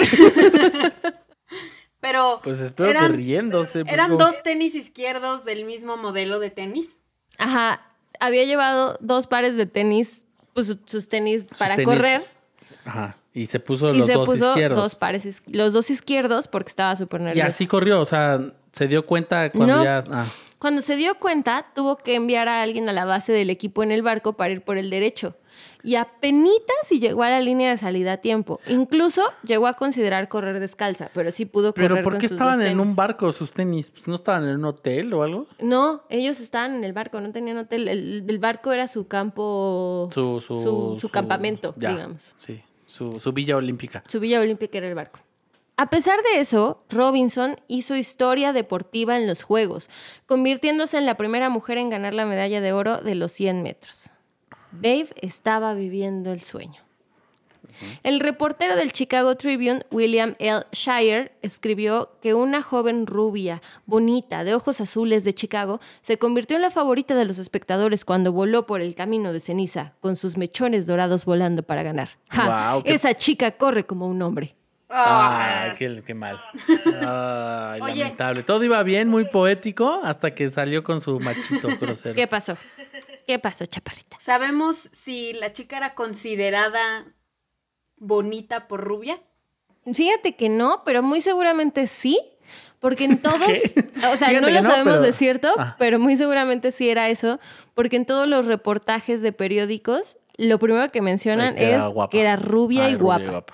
pero Pues espero eran, que riéndose. pues, eran como- dos tenis izquierdos del mismo modelo de tenis. Ajá, había llevado dos pares de tenis, pues su- sus tenis para tenis correr. Ajá. Y se puso Y los se dos puso izquierdos. dos pares, is- los dos izquierdos porque estaba súper Y nervioso. así corrió, o sea, se dio cuenta cuando No. ya... Ah, Cuando se dio cuenta, tuvo que enviar a alguien a la base del equipo en el barco para ir por el derecho. Y apenitas si llegó a la línea de salida a tiempo. Incluso llegó a considerar correr descalza, pero sí pudo correr pero ¿por con qué sus estaban dos en un tenis. barco sus tenis? Pues, ¿no estaban en un hotel o algo? No, ellos estaban en el barco, no tenían hotel. El, el barco era su campo, Su, su, su, su campamento, ya, digamos. Sí, su, su villa olímpica. Su villa olímpica era el barco. A pesar de eso, Robinson hizo historia deportiva en los Juegos, convirtiéndose en la primera mujer en ganar la medalla de oro de los cien metros. Babe estaba viviendo el sueño. El reportero del Chicago Tribune, William L. Shire, escribió que una joven rubia, bonita, de ojos azules de Chicago, se convirtió en la favorita de los espectadores cuando voló por el camino de ceniza, con sus mechones dorados volando para ganar. ¡Ja! Guau, qué- Esa chica corre como un hombre. Ay, qué, qué mal. Ay, Oye. lamentable. Todo iba bien, muy poético, hasta que salió con su machito grosero. ¿Qué pasó? ¿Qué pasó, chaparrita? ¿Sabemos si la chica era considerada bonita por rubia? Fíjate que no, pero muy seguramente sí, porque en todos, o sea, Fíjate no que lo no, sabemos pero- de cierto, Ah. pero muy seguramente sí era eso, porque en todos los reportajes de periódicos, lo primero que mencionan Ay, que era es guapa. que era rubia Ay, y rubia guapa.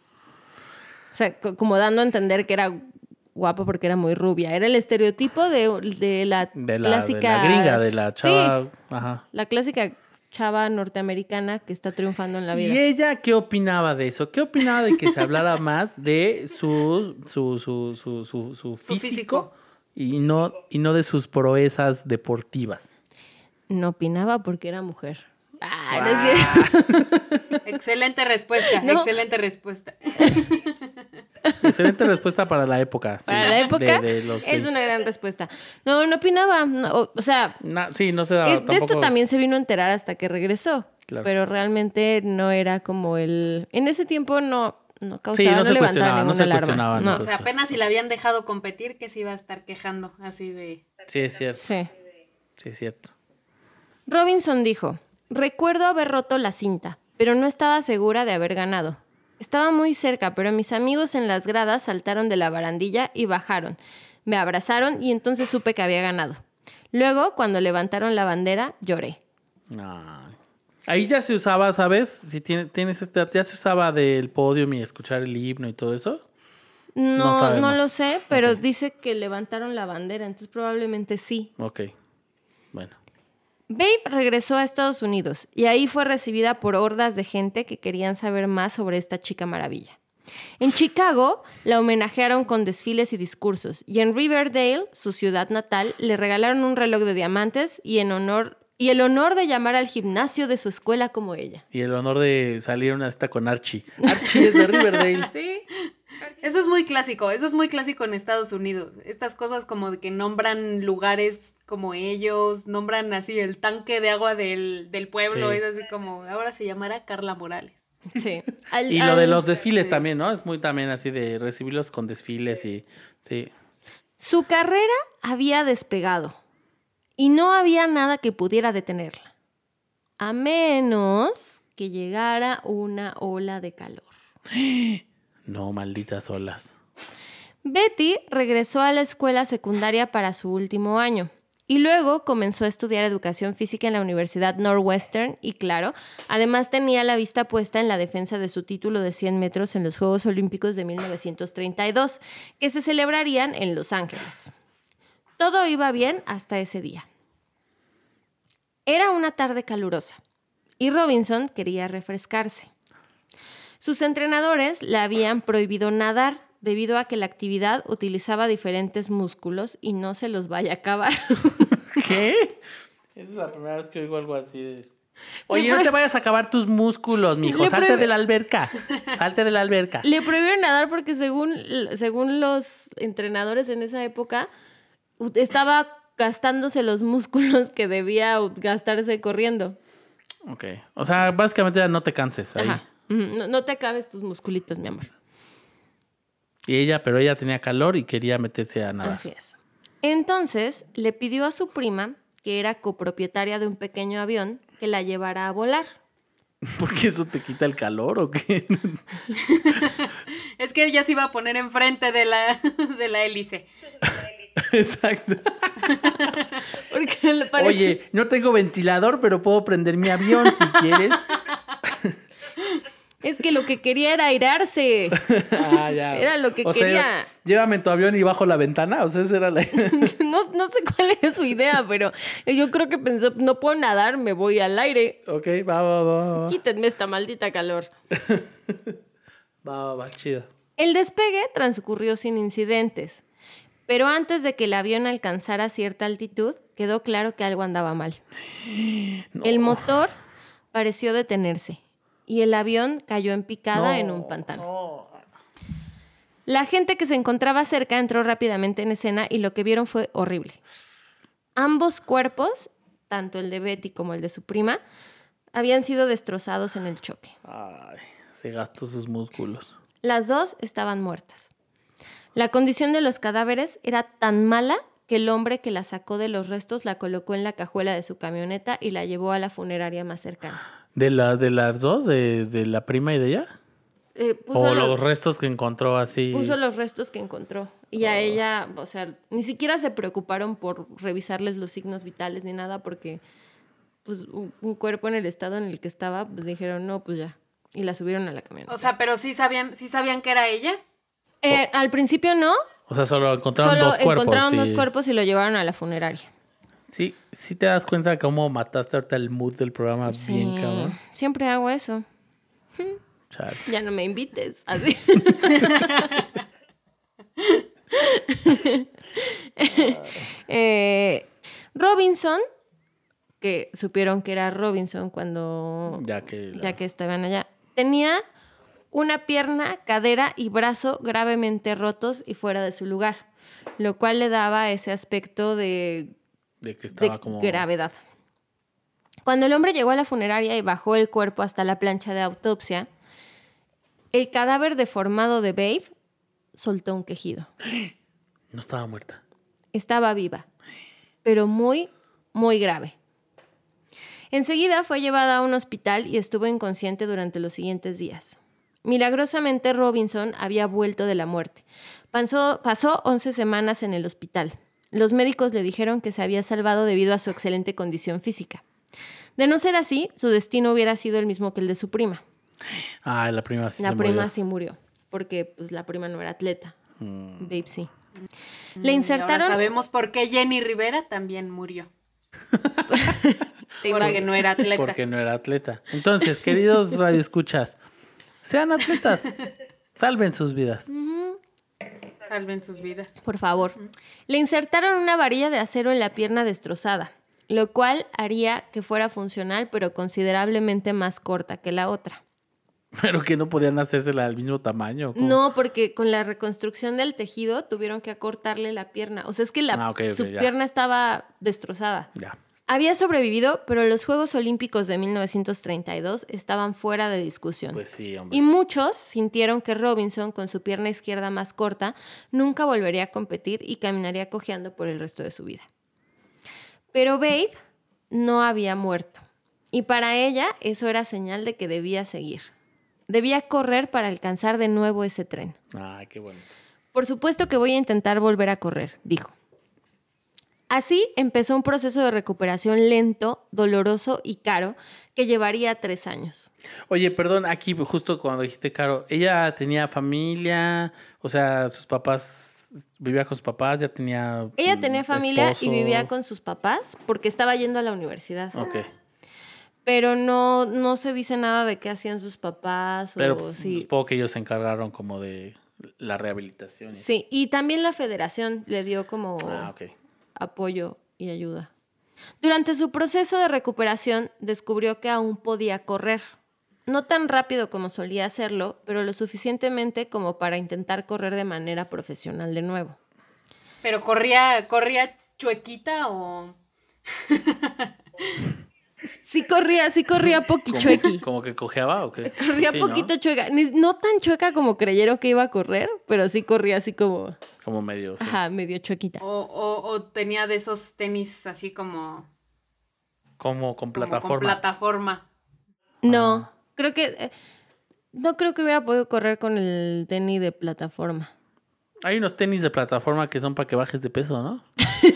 O sea, co- como dando a entender que era guapa porque era muy rubia. Era el estereotipo de, de la De la, clásica... de la gringa, de la chava. Sí, Ajá. la clásica chava norteamericana que está triunfando en la vida. ¿Y ella qué opinaba de eso? ¿Qué opinaba de que se hablara más de su, su, su, su, su, su Su físico, físico. Y, no, y no de sus proezas deportivas? No opinaba porque era mujer. Ah, no Ah. es cierto. Excelente respuesta, No. excelente respuesta. Excelente respuesta para la época. sí, Para la época de- de los es veinte. una gran respuesta. No, no opinaba. no, o, o sea, Na- sí, no se daba es- de esto tampoco- también se vino a enterar hasta que regresó. Claro. Pero realmente no era como el... En ese tiempo no, no causaba, Sí, no no, se levantaba cuestionaba, no ninguna se alarma. cuestionaba, No. no O sea, apenas si la habían dejado competir, que se iba a estar quejando así de... Sí, es cierto. Sí. Sí, es cierto. Robinson dijo, recuerdo haber roto la cinta, pero no estaba segura de haber ganado. Estaba muy cerca, pero mis amigos en las gradas saltaron de la barandilla y bajaron. Me abrazaron y entonces supe que había ganado. Luego, cuando levantaron la bandera, lloré. Ay. Ahí ya se usaba, ¿sabes? Si tiene- tienes este, ya se usaba del podio y escuchar el himno y todo eso. No No, no, sabemos. lo sé, pero Ok. dice que levantaron la bandera, entonces probablemente sí. Ok. Bueno. Babe regresó a Estados Unidos y ahí fue recibida por hordas de gente que querían saber más sobre esta chica maravilla. En Chicago la homenajearon con desfiles y discursos y en Riverdale, su ciudad natal, le regalaron un reloj de diamantes y, en honor, y el honor de llamar al gimnasio de su escuela como ella. Y el honor de salir a una cita con Archie. Archie es de Riverdale. Sí. Eso es muy clásico, eso es muy clásico en Estados Unidos. Estas cosas como de que nombran lugares como ellos, nombran así el tanque de agua del, del pueblo, Sí. es así como, ahora se llamará Carla Morales. Sí. Al- Y lo de al- los desfiles sí. también, ¿no? Es muy también así de recibirlos con desfiles y... Sí. Su carrera había despegado y no había nada que pudiera detenerla, a menos que llegara una ola de calor. No, malditas olas. Betty regresó a la escuela secundaria para su último año y luego comenzó a estudiar educación física en la Universidad Northwestern y, claro, además tenía la vista puesta en la defensa de su título de cien metros en los Juegos Olímpicos de mil novecientos treinta y dos, que se celebrarían en Los Ángeles. Todo iba bien hasta ese día. Era una tarde calurosa y Robinson quería refrescarse. Sus entrenadores le habían prohibido nadar debido a que la actividad utilizaba diferentes músculos y no se los vaya a acabar. ¿Qué? Esa es la primera vez que oigo algo así de... Oye, Le no pro- te vayas a acabar tus músculos, mijo. Le Salte prohíbe- de la alberca. Salte de la alberca. Le prohibieron nadar porque según, según los entrenadores en esa época, u- estaba gastándose los músculos que debía u- gastarse corriendo. Ok. O sea, básicamente ya no te canses ahí. Ajá. Ujú. No, no te acabes tus musculitos, mi amor. Y ella, pero ella tenía calor y quería meterse a nadar. Así es. Entonces le pidió a su prima, que era copropietaria de un pequeño avión, que la llevara a volar. ¿Por qué eso te quita el calor o qué? Es que ella se iba a poner enfrente de la, de la hélice. Exacto. Porque le parece... Oye, no tengo ventilador, pero puedo prender mi avión si quieres. Es que lo que quería era airarse. Ah, ya. Era lo que O sea, quería. llévame en tu avión y bajo la ventana. O sea, esa era la... No, no sé cuál es su idea, pero yo creo que pensó, no puedo nadar, me voy al aire. Ok, va, va, va, va. Quítenme esta maldita calor. Va, va, va, chido. El despegue transcurrió sin incidentes, pero antes de que el avión alcanzara cierta altitud, quedó claro que algo andaba mal. El motor pareció detenerse y el avión cayó en picada en un pantano. No. La gente que se encontraba cerca entró rápidamente en escena y lo que vieron fue horrible. Ambos cuerpos, tanto el de Betty como el de su prima, habían sido destrozados en el choque. Ay, se gastó sus músculos. Las dos estaban muertas. La condición de los cadáveres era tan mala que el hombre que la sacó de los restos la colocó en la cajuela de su camioneta y la llevó a la funeraria más cercana. ¿De, la, de las dos? ¿De, de la prima y de ella? Eh, puso, ¿O los, los restos que encontró así? puso los restos que encontró. Y a ella, o sea, ni siquiera se preocuparon por revisarles los signos vitales ni nada porque pues, un, un cuerpo en el estado en el que estaba, pues dijeron, no, pues ya. Y la subieron a la camioneta. O sea, pero sí sabían, sí sabían que era ella. Eh, al principio no. O sea, solo encontraron Solo dos cuerpos. encontraron y- dos cuerpos y lo llevaron a la funeraria. Sí, sí te das cuenta de cómo mataste ahorita el mood del programa bien, cabrón. Siempre hago eso. Chale. Ya no me invites. Así. Eh, Robinson, que supieron que era Robinson cuando Ya que... la- ya que estaban allá, tenía una pierna, cadera y brazo gravemente rotos y fuera de su lugar, lo cual le daba ese aspecto de De que de estaba como... gravedad. Cuando el hombre llegó a la funeraria y bajó el cuerpo hasta la plancha de autopsia, el cadáver deformado de Babe soltó un quejido. No estaba muerta. Estaba viva, pero muy, muy grave. Enseguida fue llevada a un hospital y estuvo inconsciente durante los siguientes días. Milagrosamente, Robinson había vuelto de la muerte. Pasó, pasó once semanas en el hospital. Los médicos le dijeron que se había salvado debido a su excelente condición física. De no ser así, su destino hubiera sido el mismo que el de su prima. Ah, la prima sí La se prima murió. sí murió, porque pues, la prima no era atleta. Mm. Babe sí. Mm, Le y insertaron... ahora sabemos por qué Jenny Rivera también murió. ¿Te Porque imaginas? no era atleta. Porque no era atleta. Entonces, queridos radioescuchas, sean atletas. Salven sus vidas. Salven sus vidas. Por favor. Le insertaron una varilla de acero en la pierna destrozada, lo cual haría que fuera funcional, pero considerablemente más corta que la otra. Pero que no podían hacérsela al mismo tamaño. ¿cómo? No, porque con la reconstrucción del tejido tuvieron que acortarle la pierna. O sea, es que la, Ah, ok, ok, su ya. pierna estaba destrozada. Ya. Había sobrevivido, pero los Juegos Olímpicos de mil novecientos treinta y dos estaban fuera de discusión. Pues sí, hombre. Y muchos sintieron que Robinson, con su pierna izquierda más corta, nunca volvería a competir y caminaría cojeando por el resto de su vida. Pero Babe no había muerto. Y para ella eso era señal de que debía seguir. Debía correr para alcanzar de nuevo ese tren. Ay, qué bueno. Por supuesto que voy a intentar volver a correr, dijo. Así empezó un proceso de recuperación lento, doloroso y caro que llevaría tres años. Oye, perdón, aquí justo cuando dijiste Caro, ella tenía familia, o sea, sus papás, vivía con sus papás, ya tenía Ella mm, tenía familia esposo. y vivía con sus papás porque estaba yendo a la universidad. Ok, Pero no, no se dice nada de qué hacían sus papás pero o si... supongo que ellos se encargaron como de la rehabilitación. Sí, y también la federación le dio como Ah, ok. apoyo y ayuda. Durante su proceso de recuperación descubrió que aún podía correr. No tan rápido como solía hacerlo, pero lo suficientemente como para intentar correr de manera profesional de nuevo. Pero corría, corría chuequita o... Sí corría, sí corría poquichuequi. ¿Como que cojeaba o qué? Corría Sí, ¿no? poquito chueca. Ni- No tan chueca como creyeron que iba a correr, pero sí corría así como, Como medio, sí. ajá, medio chuequita. O, o, o tenía de esos tenis así como... Como con como plataforma. con plataforma. No, creo que... eh, no creo que hubiera podido correr con el tenis de plataforma. Hay unos tenis de plataforma que son para que bajes de peso, ¿no?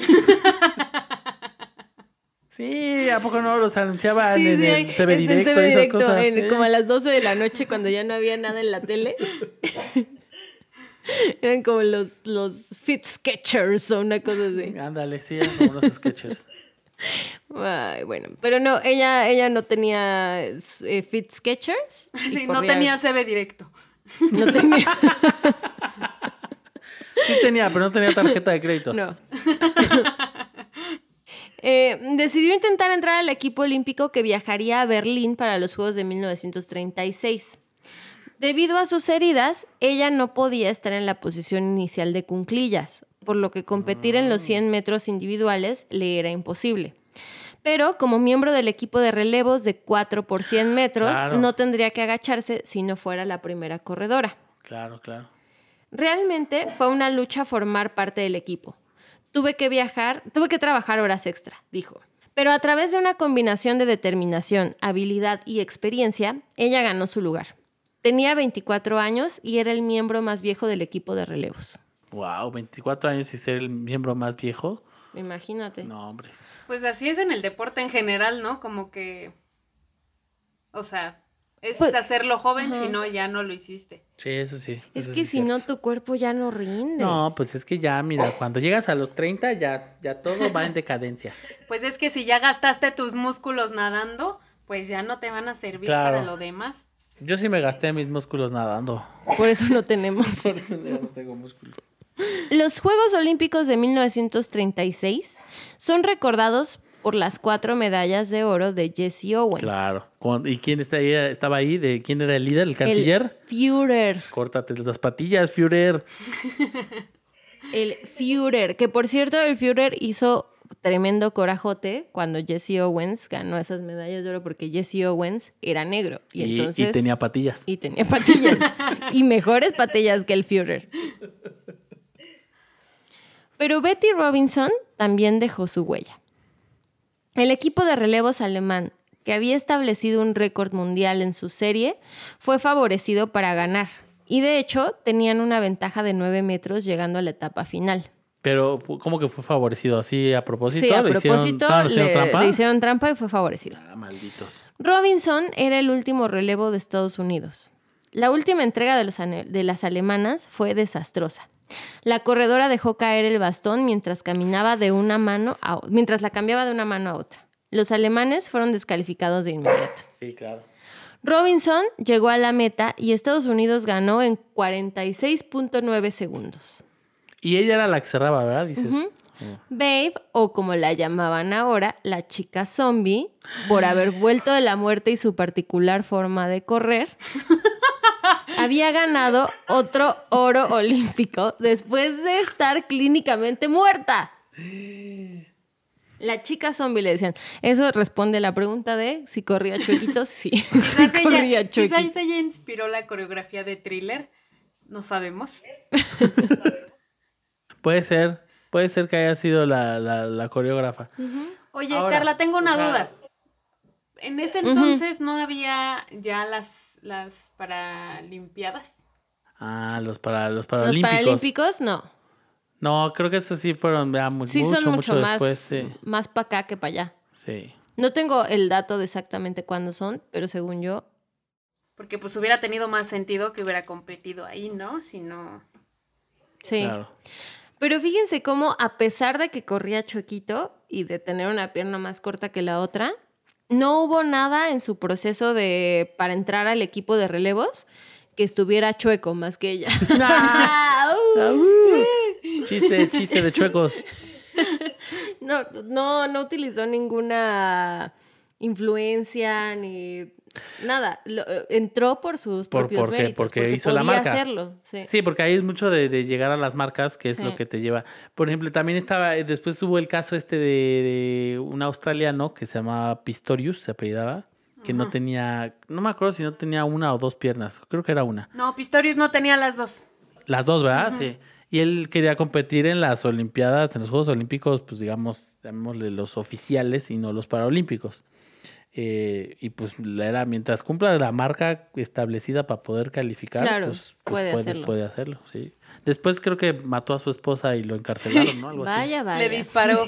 Sí, ¿a poco no los anunciaban Sí, en sí, el hay- C B en el Directo C B y esas Directo, cosas? en- sí. Como a las doce de la noche cuando ya no había nada en la tele. Eran como los, los Fit Sketchers o una cosa así. Ándale, sí, eran como unos sketchers. Ay, bueno, pero no, ella, ella no tenía eh, Fit Sketchers. y Sí, no corría- tenía C B directo. No tenía. Sí tenía, pero no tenía tarjeta de crédito. No. Eh, decidió intentar entrar al equipo olímpico que viajaría a Berlín para los Juegos de mil novecientos treinta y seis. Debido a sus heridas, ella no podía estar en la posición inicial de cunclillas, por lo que competir en los cien metros individuales le era imposible. Pero como miembro del equipo de relevos de cuatro por cien metros, Claro. no tendría que agacharse si no fuera la primera corredora. Claro, claro. Realmente fue una lucha formar parte del equipo. Tuve que viajar, tuve que trabajar horas extra, dijo. Pero a través de una combinación de determinación, habilidad y experiencia, ella ganó su lugar. Tenía veinticuatro años y era el miembro más viejo del equipo de relevos. Wow, veinticuatro años y ser el miembro más viejo. Imagínate. No, hombre. Pues así es en el deporte en general, ¿no? Como que... O sea, es Pues, hacerlo joven, ajá. si no, ya no lo hiciste. Sí, eso sí. Es eso que sí si cierto. no, tu cuerpo ya no rinde. No, pues es que ya, mira, cuando llegas a los treinta ya, ya todo va en decadencia. Pues es que si ya gastaste tus músculos nadando, pues ya no te van a servir Claro. para lo demás. Yo sí me gasté mis músculos nadando. Por eso no tenemos. Por eso ya no tengo músculos. Los Juegos Olímpicos de mil novecientos treinta y seis son recordados por las cuatro medallas de oro de Jesse Owens. Claro. Con- ¿Y quién está ahí, estaba ahí? ¿De quién era el líder? ¿El canciller? El Führer. Córtate las patillas, Führer. El Führer. Que por cierto, el Führer hizo tremendo corajote cuando Jesse Owens ganó esas medallas de oro porque Jesse Owens era negro. Y, Y, entonces, y tenía patillas. Y tenía patillas. Y mejores patillas que el Führer. Pero Betty Robinson también dejó su huella. El equipo de relevos alemán, que había establecido un récord mundial en su serie, fue favorecido para ganar. Y de hecho, tenían una ventaja de nueve metros llegando a la etapa final. Pero, ¿cómo que fue favorecido? ¿Así a propósito? Sí, a ¿Le hicieron- propósito estaban haciendo le, trampa? le hicieron trampa y fue favorecido. Ah, malditos. Robinson era el último relevo de Estados Unidos. La última entrega de, los ane- de las alemanas fue desastrosa. La corredora dejó caer el bastón mientras caminaba de una mano a, mientras la cambiaba de una mano a otra. Los alemanes fueron descalificados de inmediato. Sí, claro. Robinson llegó a la meta y Estados Unidos ganó en cuarenta y seis punto nueve segundos. Y ella era la que cerraba, ¿verdad? Dices. Ujú. Oh. Babe, o como la llamaban ahora, la chica zombie, por haber vuelto de la muerte y su particular forma de correr, había ganado otro oro olímpico después de estar clínicamente muerta. La chica zombie le decían. Eso responde a la pregunta de si corría chuequito. Sí, sí Quizás corría ella, chuequito. quizás ella inspiró la coreografía de Thriller. No sabemos. Puede ser. Puede ser que haya sido la, la, la coreógrafa. Oye, Ahora, Carla, tengo una o sea- duda. En ese entonces no había ya las, las paralimpiadas. Ah, los, para, los Los paralímpicos. paralímpicos, no. No, creo que esos sí fueron ya, mu- Sí, mucho, son mucho, mucho, más, después. Sí. más para acá que para allá. Sí. No tengo el dato de exactamente cuándo son, pero según yo, Porque pues hubiera tenido más sentido que hubiera competido ahí, ¿no? Si no... sí. Claro. Pero fíjense cómo, a pesar de que corría chuequito y de tener una pierna más corta que la otra, no hubo nada en su proceso de para entrar al equipo de relevos que estuviera chueco más que ella. Ah, uh. Chiste, chiste de chuecos. No, no, no utilizó ninguna influencia ni nada. Lo- entró por sus Por- propios porque- méritos. porque hizo la podía marca. hacerlo. Sí. Sí, porque ahí es mucho de, de llegar a las marcas, que es Sí. lo que te lleva. Por ejemplo, también estaba, después hubo el caso este de, de un australiano que se llamaba Pistorius, se apellidaba, que no tenía, no me acuerdo si no tenía una o dos piernas, creo que era una. No, Pistorius no tenía las dos. Las dos, ¿verdad? Sí. Y él quería competir en las Olimpiadas, en los Juegos Olímpicos, pues digamos, llamémosle los oficiales y no los Paralímpicos. Eh, y pues era mientras cumpla la marca establecida para poder calificar, Claro, pues, pues puede puedes- hacerlo. puede hacerlo, sí. Después creo que mató a su esposa y lo encarcelaron, ¿no? Algo Vaya, vaya. Le disparó.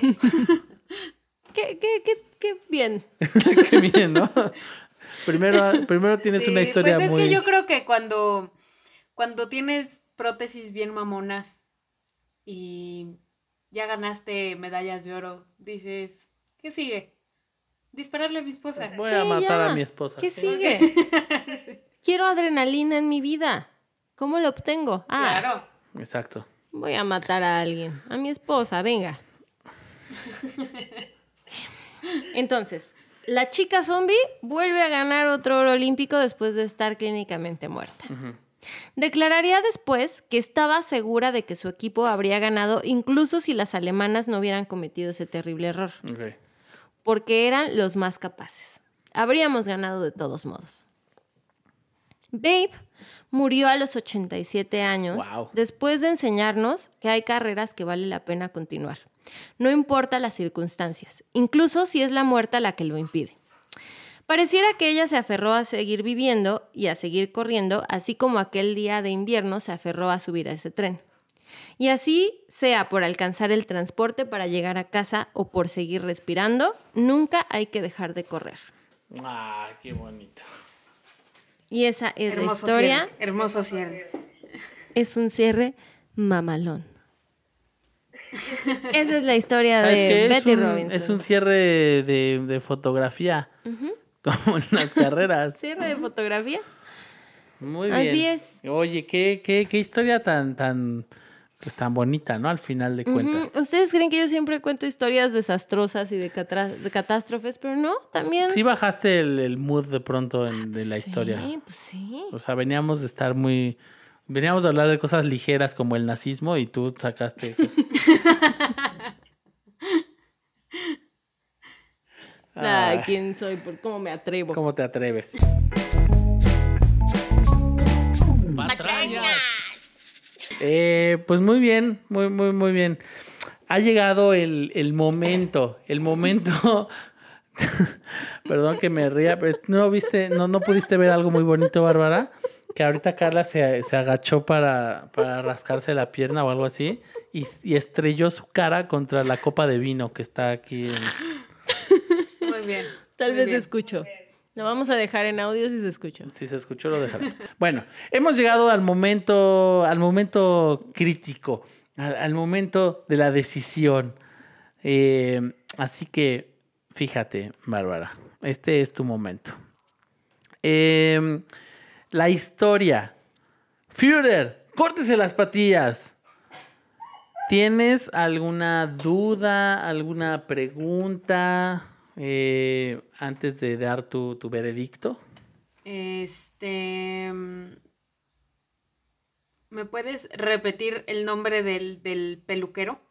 Qué, qué, qué, qué bien. así. Qué bien, ¿no? Primero, primero tienes Sí, una historia pues es muy... que yo creo que cuando, cuando tienes prótesis bien mamonas y ya ganaste medallas de oro, dices, ¿qué sigue? Dispararle a mi esposa. Voy Sí, a matar ya. a mi esposa. ¿Qué sigue? Quiero adrenalina en mi vida. ¿Cómo lo obtengo? Ah, Claro. Exacto. voy a matar a alguien. A mi esposa, venga. Entonces, la chica zombie vuelve a ganar otro oro olímpico después de estar clínicamente muerta. Declararía después que estaba segura de que su equipo habría ganado incluso si las alemanas no hubieran cometido ese terrible error, Ok. porque eran los más capaces. Habríamos ganado de todos modos. Babe murió a los ochenta y siete años Wow. después de enseñarnos que hay carreras que vale la pena continuar. No importa las circunstancias, incluso si es la muerte la que lo impide. Pareciera que ella se aferró a seguir viviendo y a seguir corriendo, así como aquel día de invierno se aferró a subir a ese tren. Y así, sea por alcanzar el transporte para llegar a casa o por seguir respirando, nunca hay que dejar de correr. Ah, qué bonito. Y esa es Hermoso la historia. cierre. Hermoso cierre. Es un cierre mamalón. Esa es la historia ¿Sabes de qué? Betty es un, Robinson. Es un cierre de, de fotografía, como en las carreras. cierre de fotografía. Muy bien. Así es. Oye, qué, qué, qué historia tan, tan, pues tan bonita, ¿no? Al final de cuentas. Ujú. Ustedes creen que yo siempre cuento historias desastrosas y de, catra- de catástrofes, pero no, también. Sí bajaste el, el mood de pronto en- de la historia. Sí, pues sí. O sea, veníamos de estar muy... Veníamos de hablar de cosas ligeras como el nazismo y tú sacaste... cosas- Ay, ¿quién soy? ¿Por cómo me atrevo? ¿Cómo te atreves? ¡Patrañas! Eh, pues muy bien, muy, muy, muy bien. Ha llegado el, el momento, el momento... Perdón que me ría, pero ¿no viste, no, no pudiste ver algo muy bonito, Bárbara? Que ahorita Carla se, se agachó para, para rascarse la pierna o algo así y, y estrelló su cara contra la copa de vino que está aquí. En... Muy bien. Tal muy vez bien. escucho. Lo vamos a dejar en audio si se escucha. Si se escuchó, lo dejaremos. Bueno, hemos llegado al momento, al momento crítico, al, al momento de la decisión. Eh, así que, fíjate, Bárbara, este es tu momento. Eh, la historia. Führer, córtese las patillas. ¿Tienes alguna duda, alguna pregunta eh, antes de dar tu, tu veredicto? Este. ¿Me puedes repetir el nombre del, del peluquero?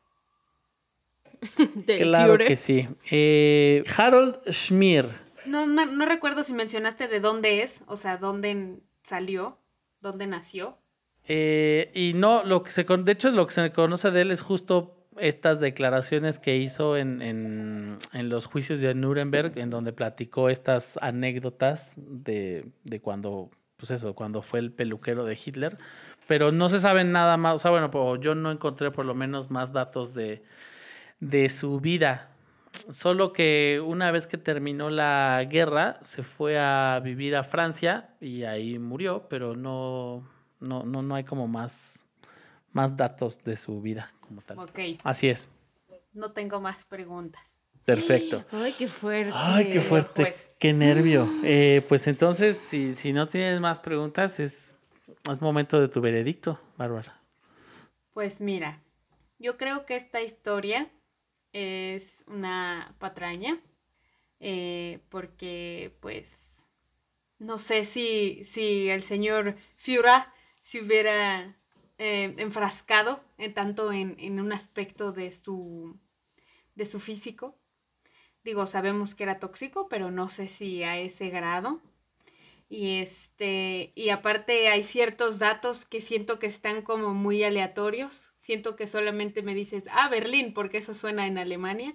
Del Claro Führer. que sí. Eh, Harold Schmier. No, no, no recuerdo si mencionaste de dónde es, o sea, dónde salió, dónde nació. Eh, y no, lo que se con- de hecho lo que se conoce de él es justo estas declaraciones que hizo en, en, en los juicios de Nuremberg, en donde platicó estas anécdotas de, de cuando, pues eso, cuando fue el peluquero de Hitler, pero no se sabe nada más, o sea, bueno, pues yo no encontré por lo menos más datos de, de su vida. Solo que una vez que terminó la guerra, se fue a vivir a Francia y ahí murió, pero no, no, no, no hay como más, más datos de su vida como tal. Ok, Así es. no tengo más preguntas. Perfecto. Ay, qué fuerte. Ay, qué fuerte, juez. qué nervio. Eh, pues entonces, si, si no tienes más preguntas, es, es momento de tu veredicto, Bárbara. Pues mira, yo creo que esta historia es una patraña, eh, porque pues no sé si, si el señor Führer se hubiera eh, enfrascado en tanto en, en un aspecto de su, de su físico. Digo, sabemos que era tóxico, pero no sé si a ese grado. Y este, y aparte hay ciertos datos que siento que están como muy aleatorios. Siento que solamente me dices, ah, Berlín, porque eso suena en Alemania.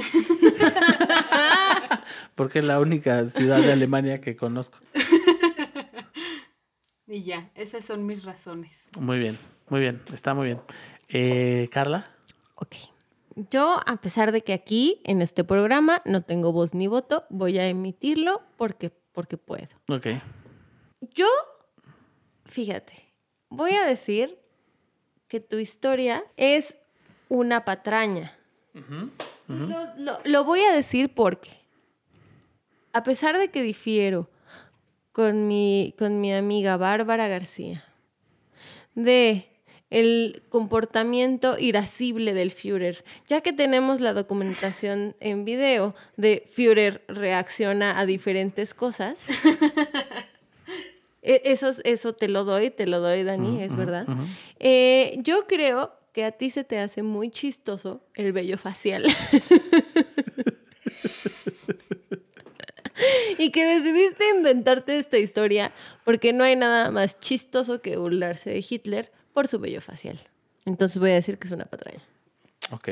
Porque es la única ciudad de Alemania que conozco. Y ya, esas son mis razones. Muy bien, muy bien, está muy bien. Eh, Carla. Ok. Yo, a pesar de que aquí, en este programa, no tengo voz ni voto, voy a emitirlo porque, porque puedo. Ok. Yo, fíjate, voy a decir que tu historia es una patraña. Ujú. Lo, lo- lo voy a decir porque, a pesar de que difiero con mi, con mi amiga Bárbara García de el comportamiento irascible del Führer, ya que tenemos la documentación en video de Führer reacciona a diferentes cosas. E- Eso, es- eso te lo doy, te lo doy, Dani, es verdad. ujú. Eh, yo creo que a ti se te hace muy chistoso el vello facial. Y que decidiste inventarte esta historia porque no hay nada más chistoso que burlarse de Hitler por su vello facial. Entonces voy a decir que es una patraña. Ok.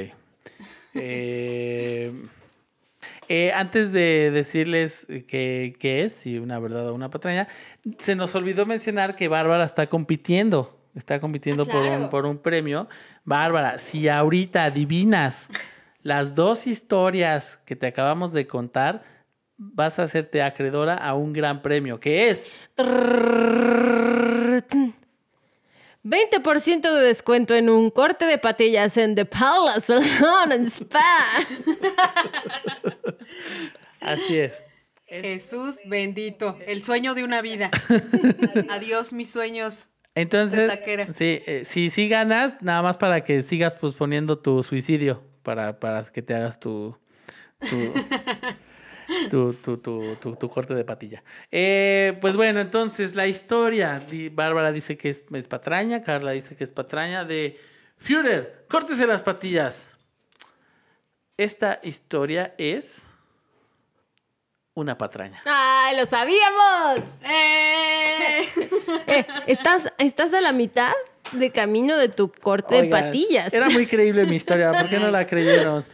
Eh, eh, antes de decirles qué qué es, si una verdad o una patraña, se nos olvidó mencionar que Bárbara está compitiendo. Está compitiendo Ah, por, un, claro. por un premio. Bárbara, si ahorita adivinas las dos historias que te acabamos de contar, vas a hacerte acreedora a un gran premio, que es... veinte por ciento de descuento en un corte de patillas en The Palace Salon and Spa. Así es. Jesús bendito, el sueño de una vida. Adiós, mis sueños. Entonces, De taquera. sí, eh, si sí ganas, nada más para que sigas posponiendo tu suicidio, para, para que te hagas tu tu, tu, tu, tu, tu- tu corte de patilla. Eh, pues bueno, entonces la historia, di- Bárbara dice que es, es patraña, Carla dice que es patraña de Führer, córtese las patillas. Esta historia es una patraña. ¡Ay, lo sabíamos! ¡Eh! Eh, ¿estás, estás a la mitad de camino de tu corte Oigan, de patillas. Era muy creíble mi historia. ¿Por qué no la creyeron?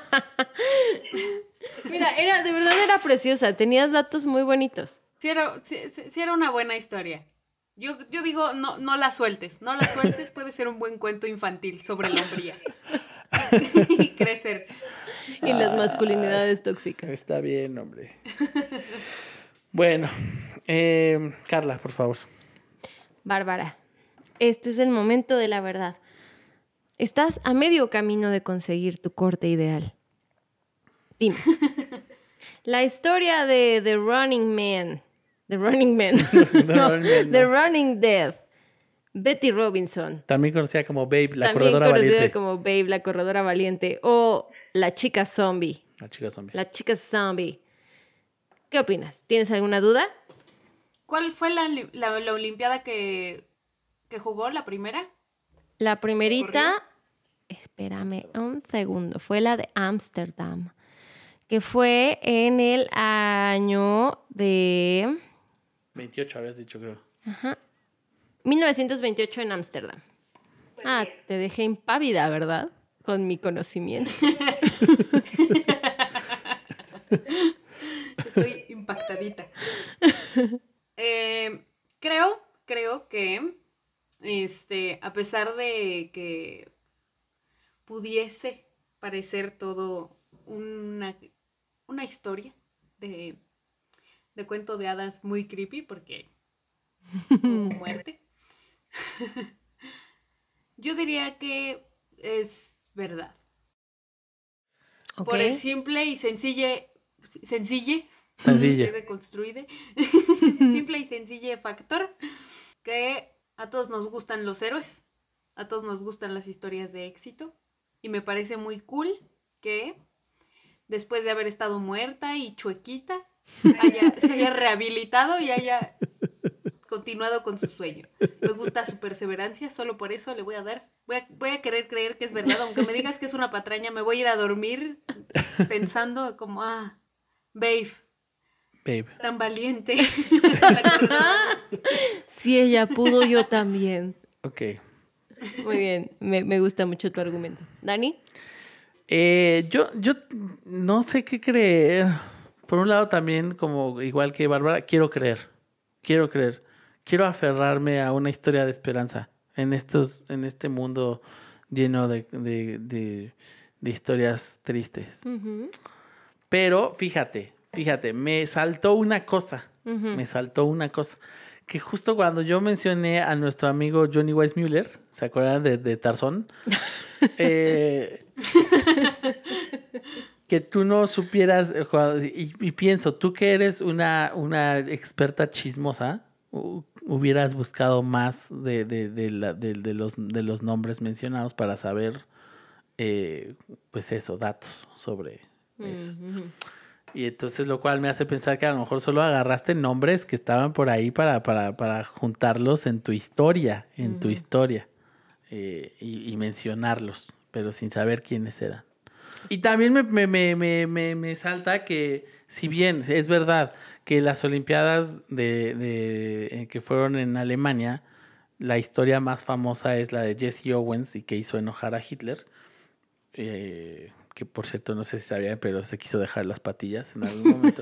Mira, era, de verdad era preciosa. Tenías datos muy bonitos. Sí era, sí, sí- sí era una buena historia. Yo, yo digo, no, no la sueltes. No la sueltes, puede ser un buen cuento infantil sobre la hombría. Y crecer. Y las masculinidades tóxicas. Está bien, hombre. Bueno, eh, Carla, por favor. Bárbara, este es el momento de la verdad. Estás a medio camino de conseguir tu corte ideal. Dime. La historia de The Running Man. The Running Man. No, Running Man, The no. Running Dead. Betty Robinson. También conocida como Babe, la También corredora conocida valiente. como Babe, la corredora valiente. O la chica zombie. La chica zombie. La chica zombie. ¿Qué opinas? ¿Tienes alguna duda? ¿Cuál fue la, li- la, la olimpiada que, que jugó, la primera? La primerita, ¿Corrió? espérame un segundo, fue la de Ámsterdam, que fue en el año de veintiocho habías dicho, creo. mil novecientos veintiocho en Ámsterdam. Ah, te dejé impávida, ¿verdad? Con mi conocimiento. Estoy impactadita. Eh, creo, creo que, este, a pesar de que pudiese parecer todo una, una historia de, de cuento de hadas muy creepy, porque hubo muerte, yo diría que es verdad. Ok. Por el simple y sencille, sencille, Sencille. de construide, simple y sencille factor que a todos nos gustan los héroes, a todos nos gustan las historias de éxito y me parece muy cool que después de haber estado muerta y chuequita haya, se haya rehabilitado y haya continuado con su sueño. Me gusta su perseverancia, solo por eso le voy a dar, voy a, voy a querer creer que es verdad, aunque me digas que es una patraña, me voy a ir a dormir pensando como, ah, babe, Babe. tan valiente. La corredora. Si ella pudo, yo también. Ok. Muy bien, me, me gusta mucho tu argumento. ¿Dani? Eh, yo, yo no sé qué creer. Por un lado también, como igual que Bárbara, quiero creer. Quiero creer. Quiero aferrarme a una historia de esperanza en estos, en este mundo lleno de, de, de, de historias tristes. Ujú, Pero fíjate, fíjate, me saltó una cosa. ujú. Me saltó una cosa. Que justo cuando yo mencioné a nuestro amigo Johnny Weissmuller, ¿se acuerdan de, de Tarzón? eh, que tú no supieras, eh, Juan, y, y pienso, tú que eres una, una experta chismosa, hu- hubieras buscado más de, de, de, la- de- de los, de los nombres mencionados para saber, eh, pues eso, datos sobre eso. Ujú. Y entonces lo cual me hace pensar que a lo mejor solo agarraste nombres que estaban por ahí para, para, para juntarlos en tu historia, en tu Ujú. historia, eh, y, y mencionarlos, pero sin saber quiénes eran. Y también me, me, me, me, me, me salta que, si bien es verdad que las Olimpiadas de, de, eh, que fueron en Alemania, la historia más famosa es la de Jesse Owens y que hizo enojar a Hitler. Eh, que por cierto no sé si sabían, pero se quiso dejar las patillas en algún momento.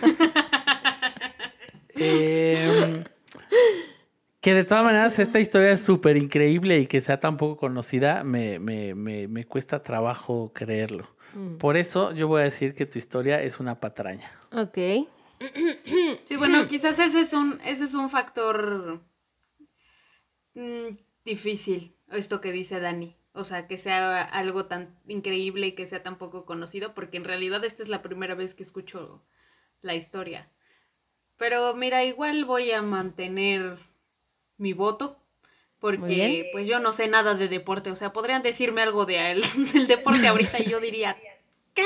Eh, que de todas maneras esta historia es súper increíble y que sea tan poco conocida, me, me, me, me cuesta trabajo creerlo. Mm. Por eso yo voy a decir que tu historia es una patraña. Ok. Sí, bueno, quizás ese es un, ese es un factor mm, difícil, esto que dice Dani. O sea, que sea algo tan increíble y que sea tan poco conocido, porque en realidad esta es la primera vez que escucho la historia. Pero mira, igual voy a mantener mi voto, Muy bien. porque pues yo no sé nada de deporte. O sea, podrían decirme algo de el, del deporte ahorita y yo diría, ¿qué?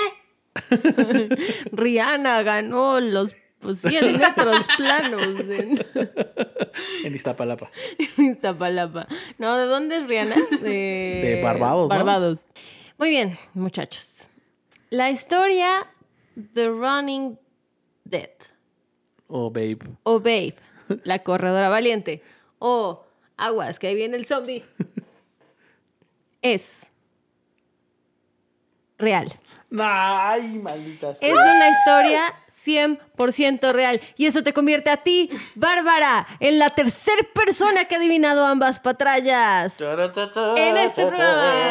Rihanna ganó los pues, cien metros planos en En Iztapalapa. Iztapalapa. No, ¿de dónde es Rihanna? De, De Barbados, ¿no? Barbados. Muy bien, muchachos. La historia The Running Death. O Babe. O Babe, la corredora valiente. O aguas, que ahí viene el zombie. Es real. Ay, maldita sea. Es una historia cien por ciento real. Y eso te convierte a ti, Bárbara, en la tercera persona que ha adivinado ambas patrallas. En este programa.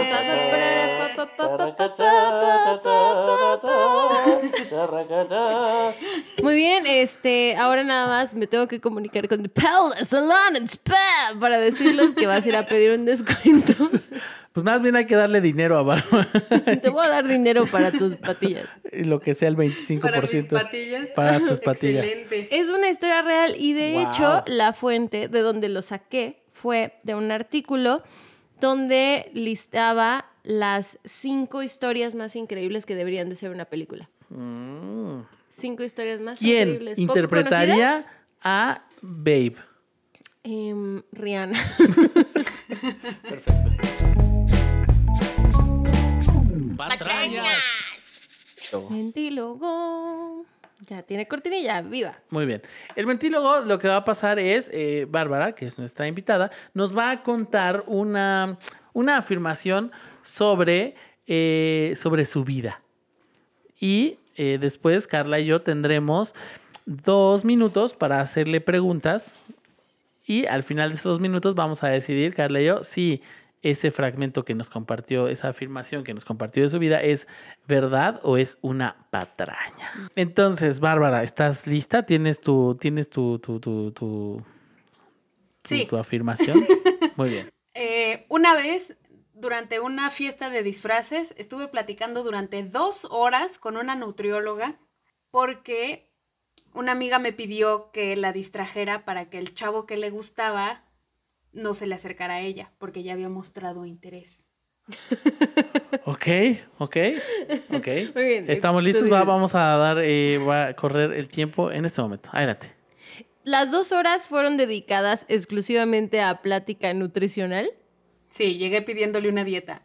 Muy bien, este, ahora nada más me tengo que comunicar con The Palace Salon and Spa para decirles que vas a ir a pedir un descuento. Pues más bien hay que darle dinero a Bárbara. Te voy a dar dinero para tus patillas. Lo que sea el veinticinco por ciento. Para mis patillas. Para tus patillas. Excelente. Es una historia real y de Wow. hecho la fuente de donde lo saqué fue de un artículo donde listaba las cinco historias más increíbles que deberían de ser una película. Mm. Cinco historias más ¿Quién increíbles. poco interpretaría conocidas. a Babe? Em, Rihanna. Ventílogo. Ya tiene cortinilla, viva. Muy bien. El ventílogo, lo que va a pasar es, eh, Bárbara, que es nuestra invitada, nos va a contar una, una afirmación sobre, eh, sobre su vida. Y eh, después Carla y yo tendremos dos minutos para hacerle preguntas. Y al final de esos dos minutos vamos a decidir, Carla y yo, si ese fragmento que nos compartió, esa afirmación que nos compartió de su vida es verdad o es una patraña. Entonces, Bárbara, ¿estás lista? ¿Tienes tu, tienes tu, tu, tu, tu, Sí. tu, tu afirmación? Muy bien. Eh, una vez, durante una fiesta de disfraces, estuve platicando durante dos horas con una nutrióloga porque una amiga me pidió que la distrajera para que el chavo que le gustaba no se le acercara a ella, porque ya había mostrado interés. Ok, ok, ok. Muy bien. Estamos listos, Entonces, va, vamos a dar, eh, va a correr el tiempo en este momento. Adelante. Las dos horas fueron dedicadas exclusivamente a plática nutricional. Sí, llegué pidiéndole una dieta.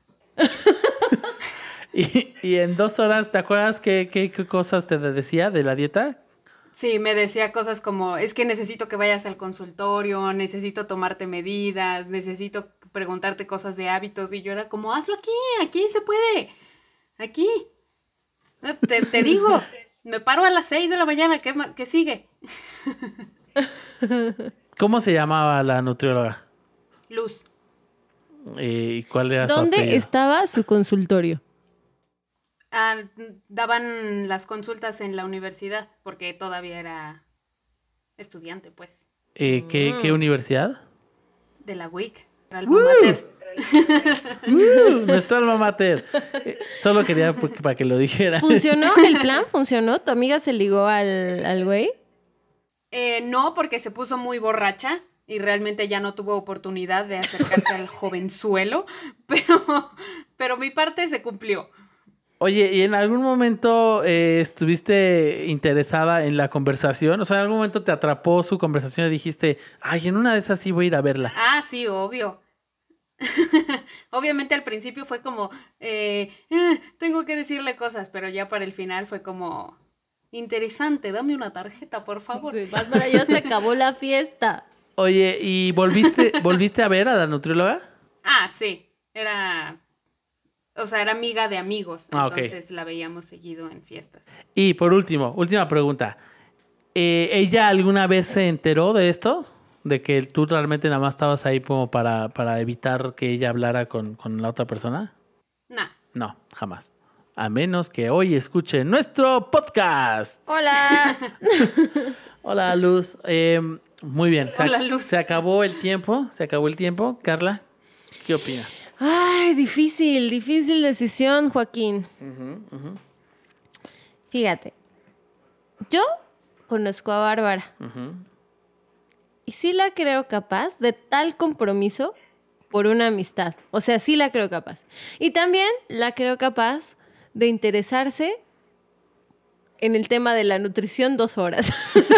Y, y en dos horas, ¿te acuerdas qué, qué, qué cosas te decía de la dieta? Sí, me decía cosas como, es que necesito que vayas al consultorio, necesito tomarte medidas, necesito preguntarte cosas de hábitos. Y yo era como, hazlo aquí, aquí se puede, aquí. Te, te digo, me paro a las seis de la mañana, ¿qué, ma- qué sigue? ¿Cómo se llamaba la nutrióloga? Luz. Eh, ¿Y cuál era su ¿Dónde apellido? estaba su consultorio? Ah, daban las consultas en la universidad, porque todavía era estudiante, pues, Eh, ¿qué, ¿Qué universidad? de la U I C, alma mater. Uh, nuestra alma mater. Eh, solo quería porque- para que lo dijera. ¿Funcionó el plan? ¿Funcionó? ¿Tu amiga se ligó al, al güey? Eh, no, porque se puso muy borracha y realmente ya no tuvo oportunidad de acercarse al jovenzuelo, pero, pero mi parte se cumplió. Oye, ¿y en algún momento eh, estuviste interesada en la conversación? O sea, ¿en algún momento te atrapó su conversación y dijiste, ay, en una de esas sí voy a ir a verla? Ah, sí, obvio. Obviamente al principio fue como, eh, eh, tengo que decirle cosas, pero ya para el final fue como, interesante, dame una tarjeta, por favor. Sí, Bárbara, ya se acabó la fiesta. Oye, ¿y volviste, volviste a ver a la nutrióloga? Ah, sí, era, o sea, era amiga de amigos, Ah, ok. entonces la veíamos seguido en fiestas. Y por último, última pregunta. Eh, ¿Ella alguna vez se enteró de esto? ¿De que tú realmente nada más estabas ahí como para, para evitar que ella hablara con, con la otra persona? Nah. No, jamás. A menos que hoy escuche nuestro podcast. Hola. Hola, Luz. Eh, muy bien. Se, Hola, ac- Luz. se acabó el tiempo. Se acabó el tiempo. Carla, ¿qué opinas? Ay, difícil, difícil decisión, Joaquín. Fíjate, yo conozco a Bárbara Ujú. y sí la creo capaz de tal compromiso por una amistad. O sea, sí la creo capaz. Y también la creo capaz de interesarse en el tema de la nutrición dos horas.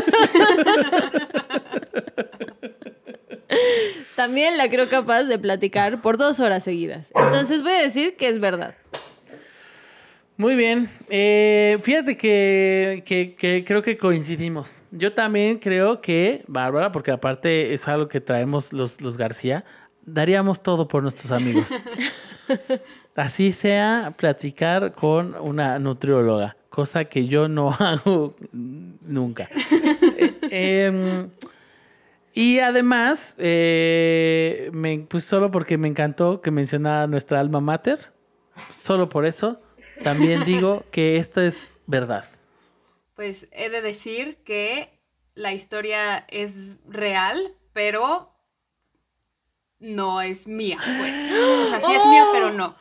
También la creo capaz de platicar por dos horas seguidas. Entonces voy a decir que es verdad. Muy bien. Eh, fíjate que, que, que creo que coincidimos. Yo también creo que, Bárbara, porque aparte es algo que traemos los, los García, daríamos todo por nuestros amigos. Así sea platicar con una nutrióloga, cosa que yo no hago nunca. eh, eh, y además, eh, me, pues solo porque me encantó que mencionara nuestra alma mater, solo por eso, también digo que esto es verdad. Pues he de decir que la historia es real, pero no es mía, pues. O sea, sí es mía, pero no.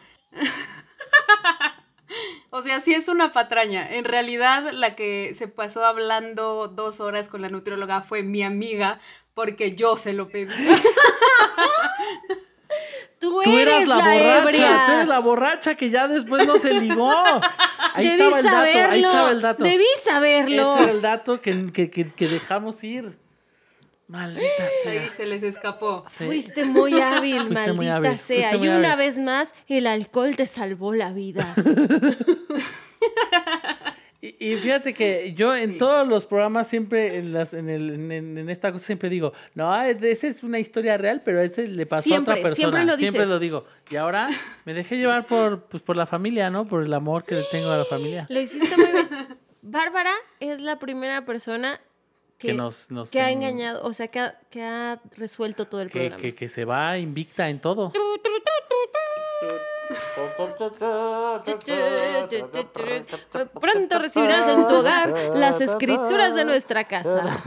O sea, sí es una patraña. En realidad, la que se pasó hablando dos horas con la nutrióloga fue mi amiga, porque yo se lo pedí. Tú Tú eres eras la, la, borracha, ebria. tú eres la borracha que ya después no se ligó. Ahí Debí estaba el dato, saberlo. ahí estaba el dato. Debí saberlo. Ese era el dato que, que, que, que dejamos ir. Maldita sea. Ahí se les escapó. Sí. Fuiste muy hábil, Fuiste maldita muy hábil, sea. fuiste muy Y una hábil. vez más, el alcohol te salvó la vida. Y, y fíjate que yo en Sí. todos los programas siempre, en, las, en, el, en, en esta cosa siempre digo, no, esa es una historia real, pero ese le pasó Siempre, a otra persona. siempre lo dices. lo digo. Y ahora me dejé llevar por, pues, por la familia, ¿no? Por el amor que le tengo a la familia. Lo hiciste muy bien. Bárbara es la primera persona que, Que nos- nos- que ha engañado, o sea, que ha, que ha resuelto todo el Que, programa. que, que se va invicta en todo. Pronto recibirás en tu hogar las escrituras de nuestra casa.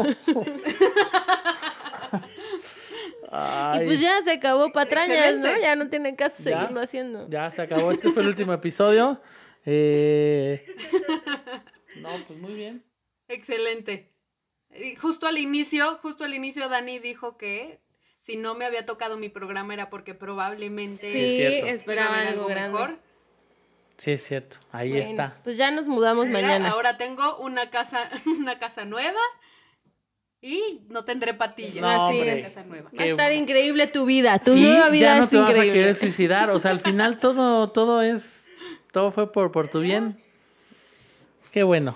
Ay, Y pues ya se acabó Patrañas, Excelente. ¿no? Ya no tiene caso ¿Ya? seguirlo haciendo. Ya se acabó. Este fue el último episodio. Eh... No, pues muy bien. Excelente. Y justo al inicio, justo al inicio Dani dijo que si no me había tocado mi programa era porque probablemente Sí, es cierto. esperaba iba a haber algo grande. Sí, es cierto. Ahí Bueno, está. pues ya nos mudamos Mira, mañana. ahora tengo una casa, una casa nueva y no tendré patilla. No, Así Una es. casa nueva. Va a estar increíble tu vida. Tu Y nueva vida ya no es te vas a increíble. querer suicidar. O sea, al final todo, todo es... Todo fue por, por tu bien. Qué bueno.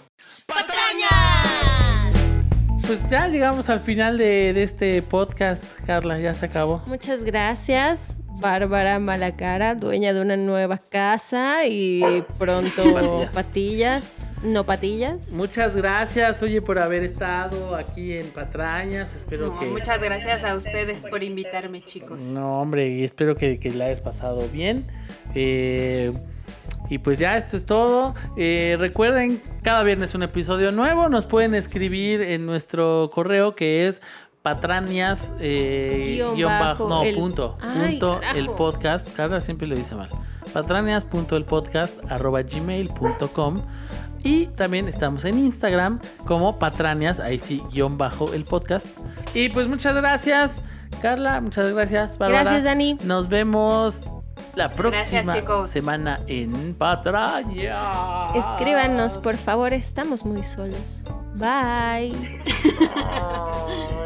Pues ya llegamos al final de, de este podcast, Carla. Ya se acabó. Muchas gracias, Bárbara Malacara, dueña de una nueva casa y pronto Patillas. patillas, no patillas. Muchas gracias, oye, por haber estado aquí en Patrañas. Espero No, que... muchas gracias a ustedes por invitarme, chicos. No, hombre, y espero que, que la hayas pasado bien. Eh, y pues ya, esto es todo. Eh, recuerden, cada viernes un episodio nuevo. Nos pueden escribir en nuestro correo que es patrañas eh, Guión guión bajo, bajo no, el- punto, Ay, punto carajo. el podcast. Carla siempre lo dice mal. patrañas punto el podcast arroba gmail punto com. Y también estamos en Instagram como patrañas, ahí sí, guión bajo el podcast. Y pues muchas gracias, Carla, muchas gracias, Bárbara. Gracias, Dani. Nos vemos la próxima Gracias, chicos. semana en Patrañas. Escríbanos, por favor, estamos muy solos. Bye. Ay.